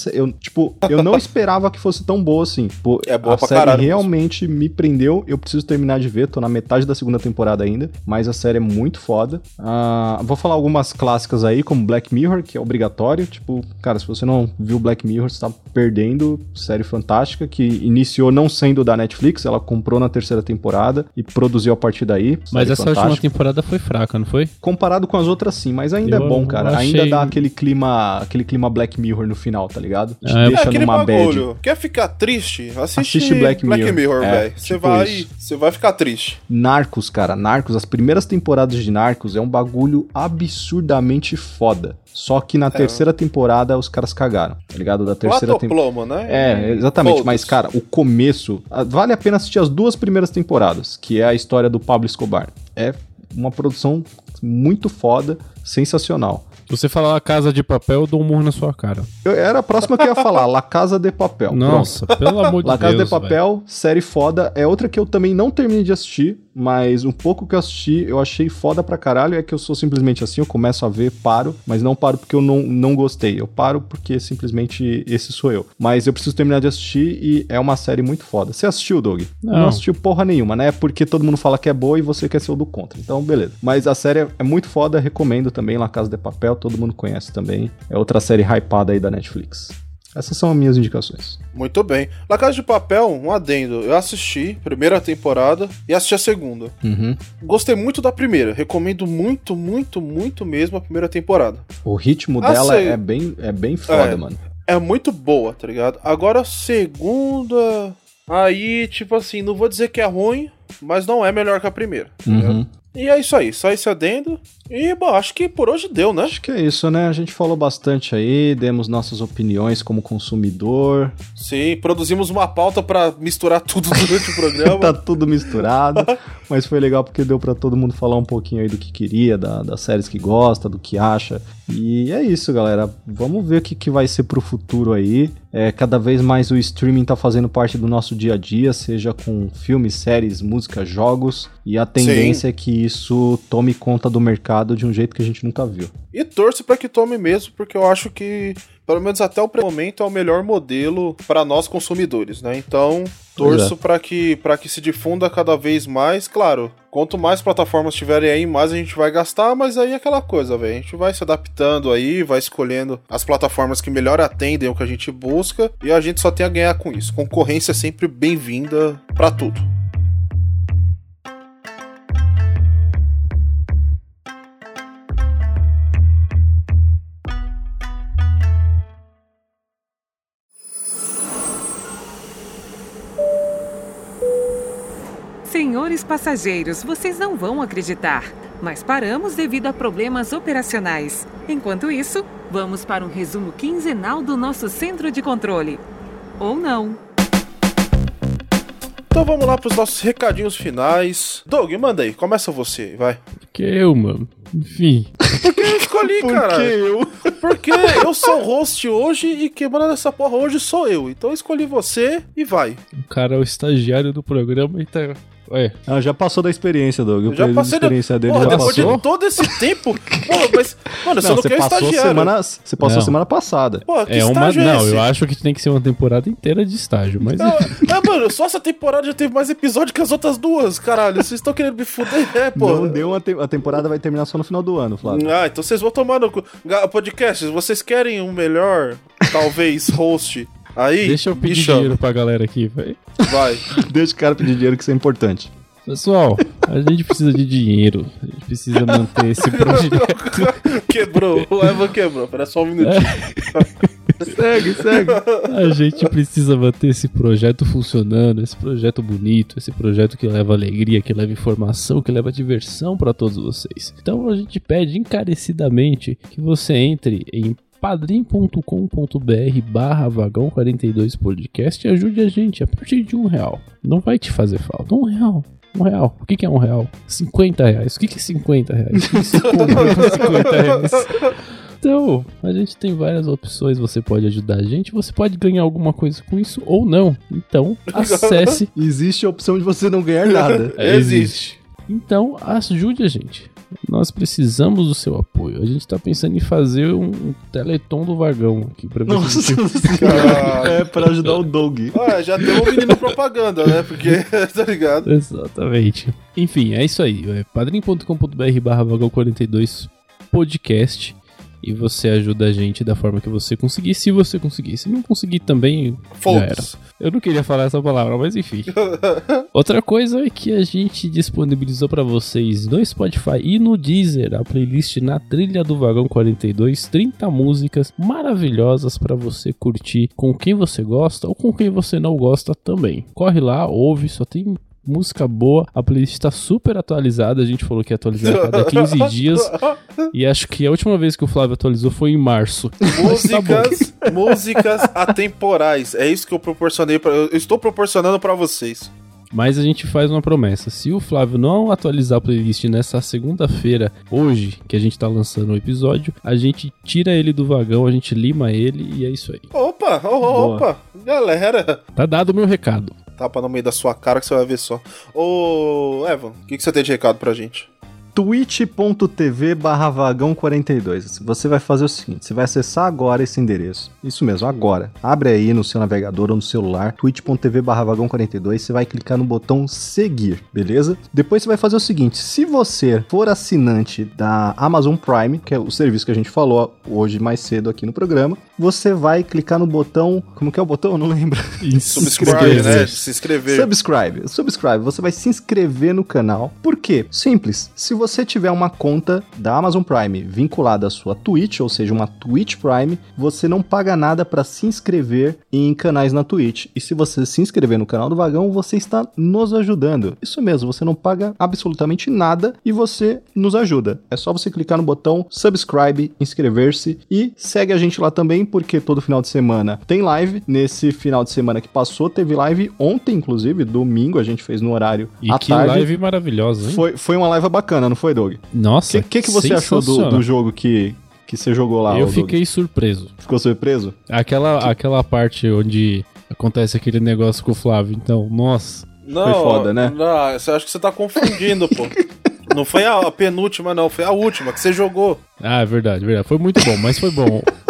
eu não esperava que fosse tão boa assim. Pô, é boa pra série caralho realmente me prendeu, eu preciso terminar de ver, tô na metade da 2ª temporada ainda, mas a série é muito foda. Vou falar algumas clássicas aí, como Black Mirror, que é obrigatório, tipo, cara, se você não viu Black Mirror, você tá perdendo, série fantástica, que iniciou não sendo da Netflix, ela comprou na 3ª temporada e produziu a partir daí. Mas essa última temporada foi fraca, não foi? Comparado com as outras, sim, mas ainda é bom, cara. Ainda dá aquele clima Black Mirror no final, tá ligado? Te deixa numa bagulho. bad. Quer ficar triste? Assiste Black Mirror, velho. Tipo você vai ficar triste. Narcos, cara. Narcos, as primeiras temporadas de Narcos é um bagulho absurdamente foda. Só que na 3ª temporada os caras cagaram, tá ligado? Da 3ª temporada. Né? Exatamente. Todos. Mas, cara, o começo... Vale a pena assistir as 2 primeiras temporadas, que é a história do Pablo Escobar. É uma produção muito foda, sensacional. Se você falar La Casa de Papel, eu dou um murro na sua cara. Era a próxima que eu ia falar, La Casa de Papel. Nossa, pelo amor de Deus. La Casa de Papel, série foda. É outra que eu também não terminei de assistir, mas um pouco que eu assisti, eu achei foda pra caralho. É que eu sou simplesmente assim, eu começo a ver, paro, mas não paro porque eu não gostei. Eu paro porque simplesmente esse sou eu. Mas eu preciso terminar de assistir e é uma série muito foda. Você assistiu, Doug? Não assistiu porra nenhuma, né? Porque todo mundo fala que é boa e você quer ser o do contra. Então, beleza. Mas a série é muito foda, recomendo também, La Casa de Papel, todo mundo conhece também. É outra série hypada aí da Netflix. Essas são as minhas indicações. Muito bem. La Casa de Papel, um adendo. Eu assisti a 1ª temporada e assisti a 2ª. Gostei muito da primeira. Recomendo muito, muito, muito mesmo a 1ª temporada. O ritmo dela é bem foda, mano. É muito boa, tá ligado? Agora a 2ª... Aí, tipo assim, não vou dizer que é ruim, mas não é melhor que a primeira. Tá ligado? E é isso aí, só esse adendo. E, bom, acho que por hoje deu, né? Acho que é isso, né? A gente falou bastante aí, demos nossas opiniões como consumidor. Sim, produzimos uma pauta pra misturar tudo durante o programa. Tá tudo misturado, mas foi legal porque deu pra todo mundo falar um pouquinho aí do que queria, das séries que gosta, do que acha. E é isso, galera. Vamos ver o que vai ser pro futuro aí. Cada vez mais o streaming tá fazendo parte do nosso dia a dia, seja com filmes, séries, música, jogos. E a tendência é que isso tome conta do mercado de um jeito que a gente nunca viu. E torço pra que tome mesmo, porque eu acho que, pelo menos até o momento, é o melhor modelo para nós consumidores, né? Então, Torço pra que se difunda cada vez mais, claro. Quanto mais plataformas tiverem aí, mais a gente vai gastar, mas aí é aquela coisa, velho. A gente vai se adaptando aí, vai escolhendo as plataformas que melhor atendem o que a gente busca, e a gente só tem a ganhar com isso. Concorrência é sempre bem-vinda pra tudo. Senhores passageiros, vocês não vão acreditar, mas paramos devido a problemas operacionais. Enquanto isso, vamos para um resumo quinzenal do nosso centro de controle. Ou não. Então vamos lá pros nossos recadinhos finais. Doug, manda aí, começa você, vai. Que eu, mano. Enfim. Porque eu escolhi, cara. Porque eu sou o host hoje e quem manda nessa porra hoje sou eu. Então eu escolhi você e vai. O cara é o estagiário do programa e tá... Ué. Ah, já passou da experiência, Doug. Eu já passei da experiência dele. Porra, já depois passou? De todo esse tempo. Porra, mas, mano, você não quer estagiário. Você passou semana passada. Porra, que estágio Não, eu acho que tem que ser uma temporada inteira de estágio, mas... mano, só essa temporada já teve mais episódio que as outras duas, caralho. Vocês estão querendo me fuder, pô. Não deu a temporada vai terminar só no final do ano, Flávio. Ah, então vocês vão tomar no podcast. Vocês querem um melhor, talvez, host... Aí, deixa eu pedir dinheiro pra galera aqui, velho. Vai. Deixa o cara pedir dinheiro, que isso é importante. Pessoal, a gente precisa de dinheiro. A gente precisa manter esse projeto. Quebrou, o Evan quebrou. Espera só um minutinho. Segue. A gente precisa manter esse projeto funcionando, esse projeto bonito, esse projeto que leva alegria, que leva informação, que leva diversão pra todos vocês. Então a gente pede encarecidamente que você entre em padrim.com.br/vagão42podcast e ajude a gente a partir de R$1. Não vai te fazer falta. R$1. R$1. O que é R$1? R$50. O que é R$50? O que se compra com R$50? Então, a gente tem várias opções. Você pode ajudar a gente, você pode ganhar alguma coisa com isso ou não. Então, acesse. Existe a opção de você não ganhar nada. Existe. Então, ajude a gente. Nós precisamos do seu apoio. A gente tá pensando em fazer um teleton do vagão aqui pra ver. Nossa, é pra ajudar o Doug. Já tem um menino propaganda, né? Porque, tá ligado? Exatamente. Enfim, é isso aí. É padrim.com.br/vagão42 podcast. E você ajuda a gente da forma que você conseguir, se você conseguir. Se não conseguir também, já era. Eu não queria falar essa palavra, mas enfim. Outra coisa é que a gente disponibilizou pra vocês no Spotify e no Deezer a playlist Na Trilha do Vagão 42, 30 músicas maravilhosas pra você curtir com quem você gosta ou com quem você não gosta também. Corre lá, ouve, só tem... música boa, a playlist tá super atualizada. A gente falou que ia atualizar a cada 15 dias. E acho que a última vez que o Flávio atualizou foi em março. Músicas atemporais. É isso que eu proporcionei. Eu estou proporcionando pra vocês. Mas a gente faz uma promessa. Se o Flávio não atualizar a playlist nessa segunda-feira, hoje, que a gente tá lançando o episódio, a gente tira ele do vagão, a gente lima ele e é isso aí. Opa, galera. Tá dado o meu recado. Tapa no meio da sua cara que você vai ver só. Ô, Evan, o que você tem de recado pra gente? twitch.tv/vagão42. Você vai fazer o seguinte, você vai acessar agora esse endereço. Isso mesmo, agora. Abre aí no seu navegador ou no celular, twitch.tv/vagão42, você vai clicar no botão seguir, beleza? Depois você vai fazer o seguinte, se você for assinante da Amazon Prime, que é o serviço que a gente falou hoje mais cedo aqui no programa, você vai clicar no botão, como que é o botão? Eu não lembro. Subscribe, né? Se inscrever. Subscribe. Você vai se inscrever no canal. Por quê? Simples. Se você tiver uma conta da Amazon Prime vinculada à sua Twitch, ou seja, uma Twitch Prime, você não paga nada para se inscrever em canais na Twitch. E se você se inscrever no canal do Vagão, você está nos ajudando. Isso mesmo, você não paga absolutamente nada e você nos ajuda. É só você clicar no botão subscribe, inscrever-se e segue a gente lá também, porque todo final de semana tem live. Nesse final de semana que passou, teve live ontem, inclusive, domingo, a gente fez no horário à tarde. E que live maravilhosa, hein? Foi uma live bacana, não foi, Doug? Nossa, O que você achou do jogo que você jogou lá? Eu fiquei surpreso. Ficou surpreso? Aquela parte onde acontece aquele negócio com o Flávio, então, nossa. Não, foi foda, né? Não, você acha que você tá confundindo, pô. Não foi a penúltima, não. Foi a última que você jogou. Ah, é verdade. Foi muito bom, mas foi bom.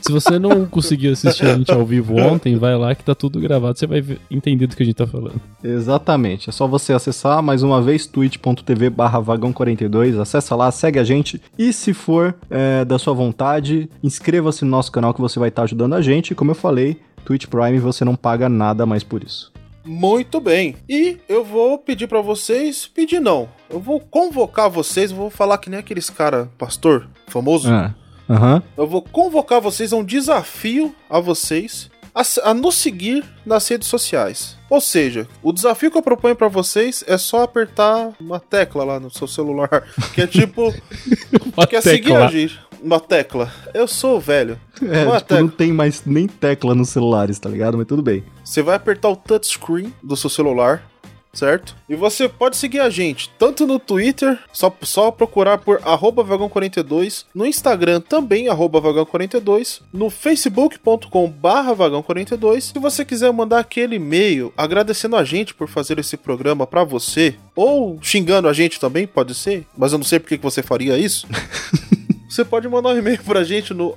Se você não conseguiu assistir a gente ao vivo ontem, vai lá que tá tudo gravado, você vai entender do que a gente tá falando. Exatamente, é só você acessar mais uma vez twitch.tv/vagão42, acessa lá, segue a gente e se for da sua vontade, inscreva-se no nosso canal que você vai estar ajudando a gente. E como eu falei, Twitch Prime você não paga nada mais por isso. Muito bem. E eu vou pedir pra vocês... Pedir não. Eu vou convocar vocês, vou falar que nem aqueles cara pastor famoso. Eu vou convocar vocês a um desafio a vocês a nos seguir nas redes sociais. Ou seja, o desafio que eu proponho pra vocês é só apertar uma tecla lá no seu celular, que é tipo... que é seguir a gente. Uma tecla. Eu sou velho. Não tem mais nem tecla nos celulares, tá ligado? Mas tudo bem. Você vai apertar o touchscreen do seu celular, certo? E você pode seguir a gente tanto no Twitter, só procurar por @vagão42, no Instagram também @vagão42, no facebook.com/vagão42. Se você quiser mandar aquele e-mail agradecendo a gente por fazer esse programa pra você, ou xingando a gente também, pode ser, mas eu não sei porque que você faria isso. Você pode mandar um e-mail pra gente no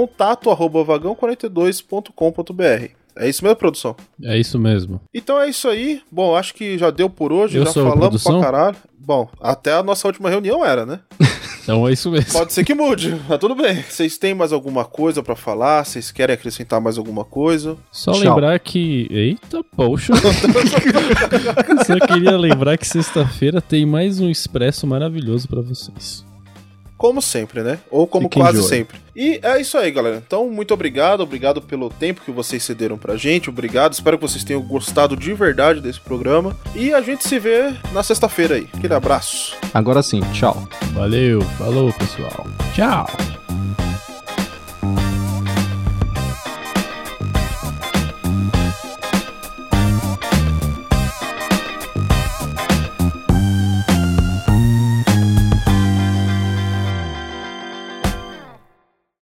contato@vagão42.com.br. É isso mesmo, produção? É isso mesmo. Então é isso aí. Bom, acho que já deu por hoje, já falamos pra caralho. Bom, até a nossa última reunião era, né? Então é isso mesmo. Pode ser que mude, mas tudo bem. Vocês têm mais alguma coisa pra falar? Vocês querem acrescentar mais alguma coisa? Só lembrar que... Eita, poxa. Só queria lembrar que sexta-feira tem mais um expresso maravilhoso pra vocês. Como sempre, né? Ou como quase sempre. E é isso aí, galera. Então, muito obrigado. Obrigado pelo tempo que vocês cederam pra gente. Obrigado. Espero que vocês tenham gostado de verdade desse programa. E a gente se vê na sexta-feira aí. Aquele abraço. Agora sim, tchau. Valeu. Falou, pessoal. Tchau.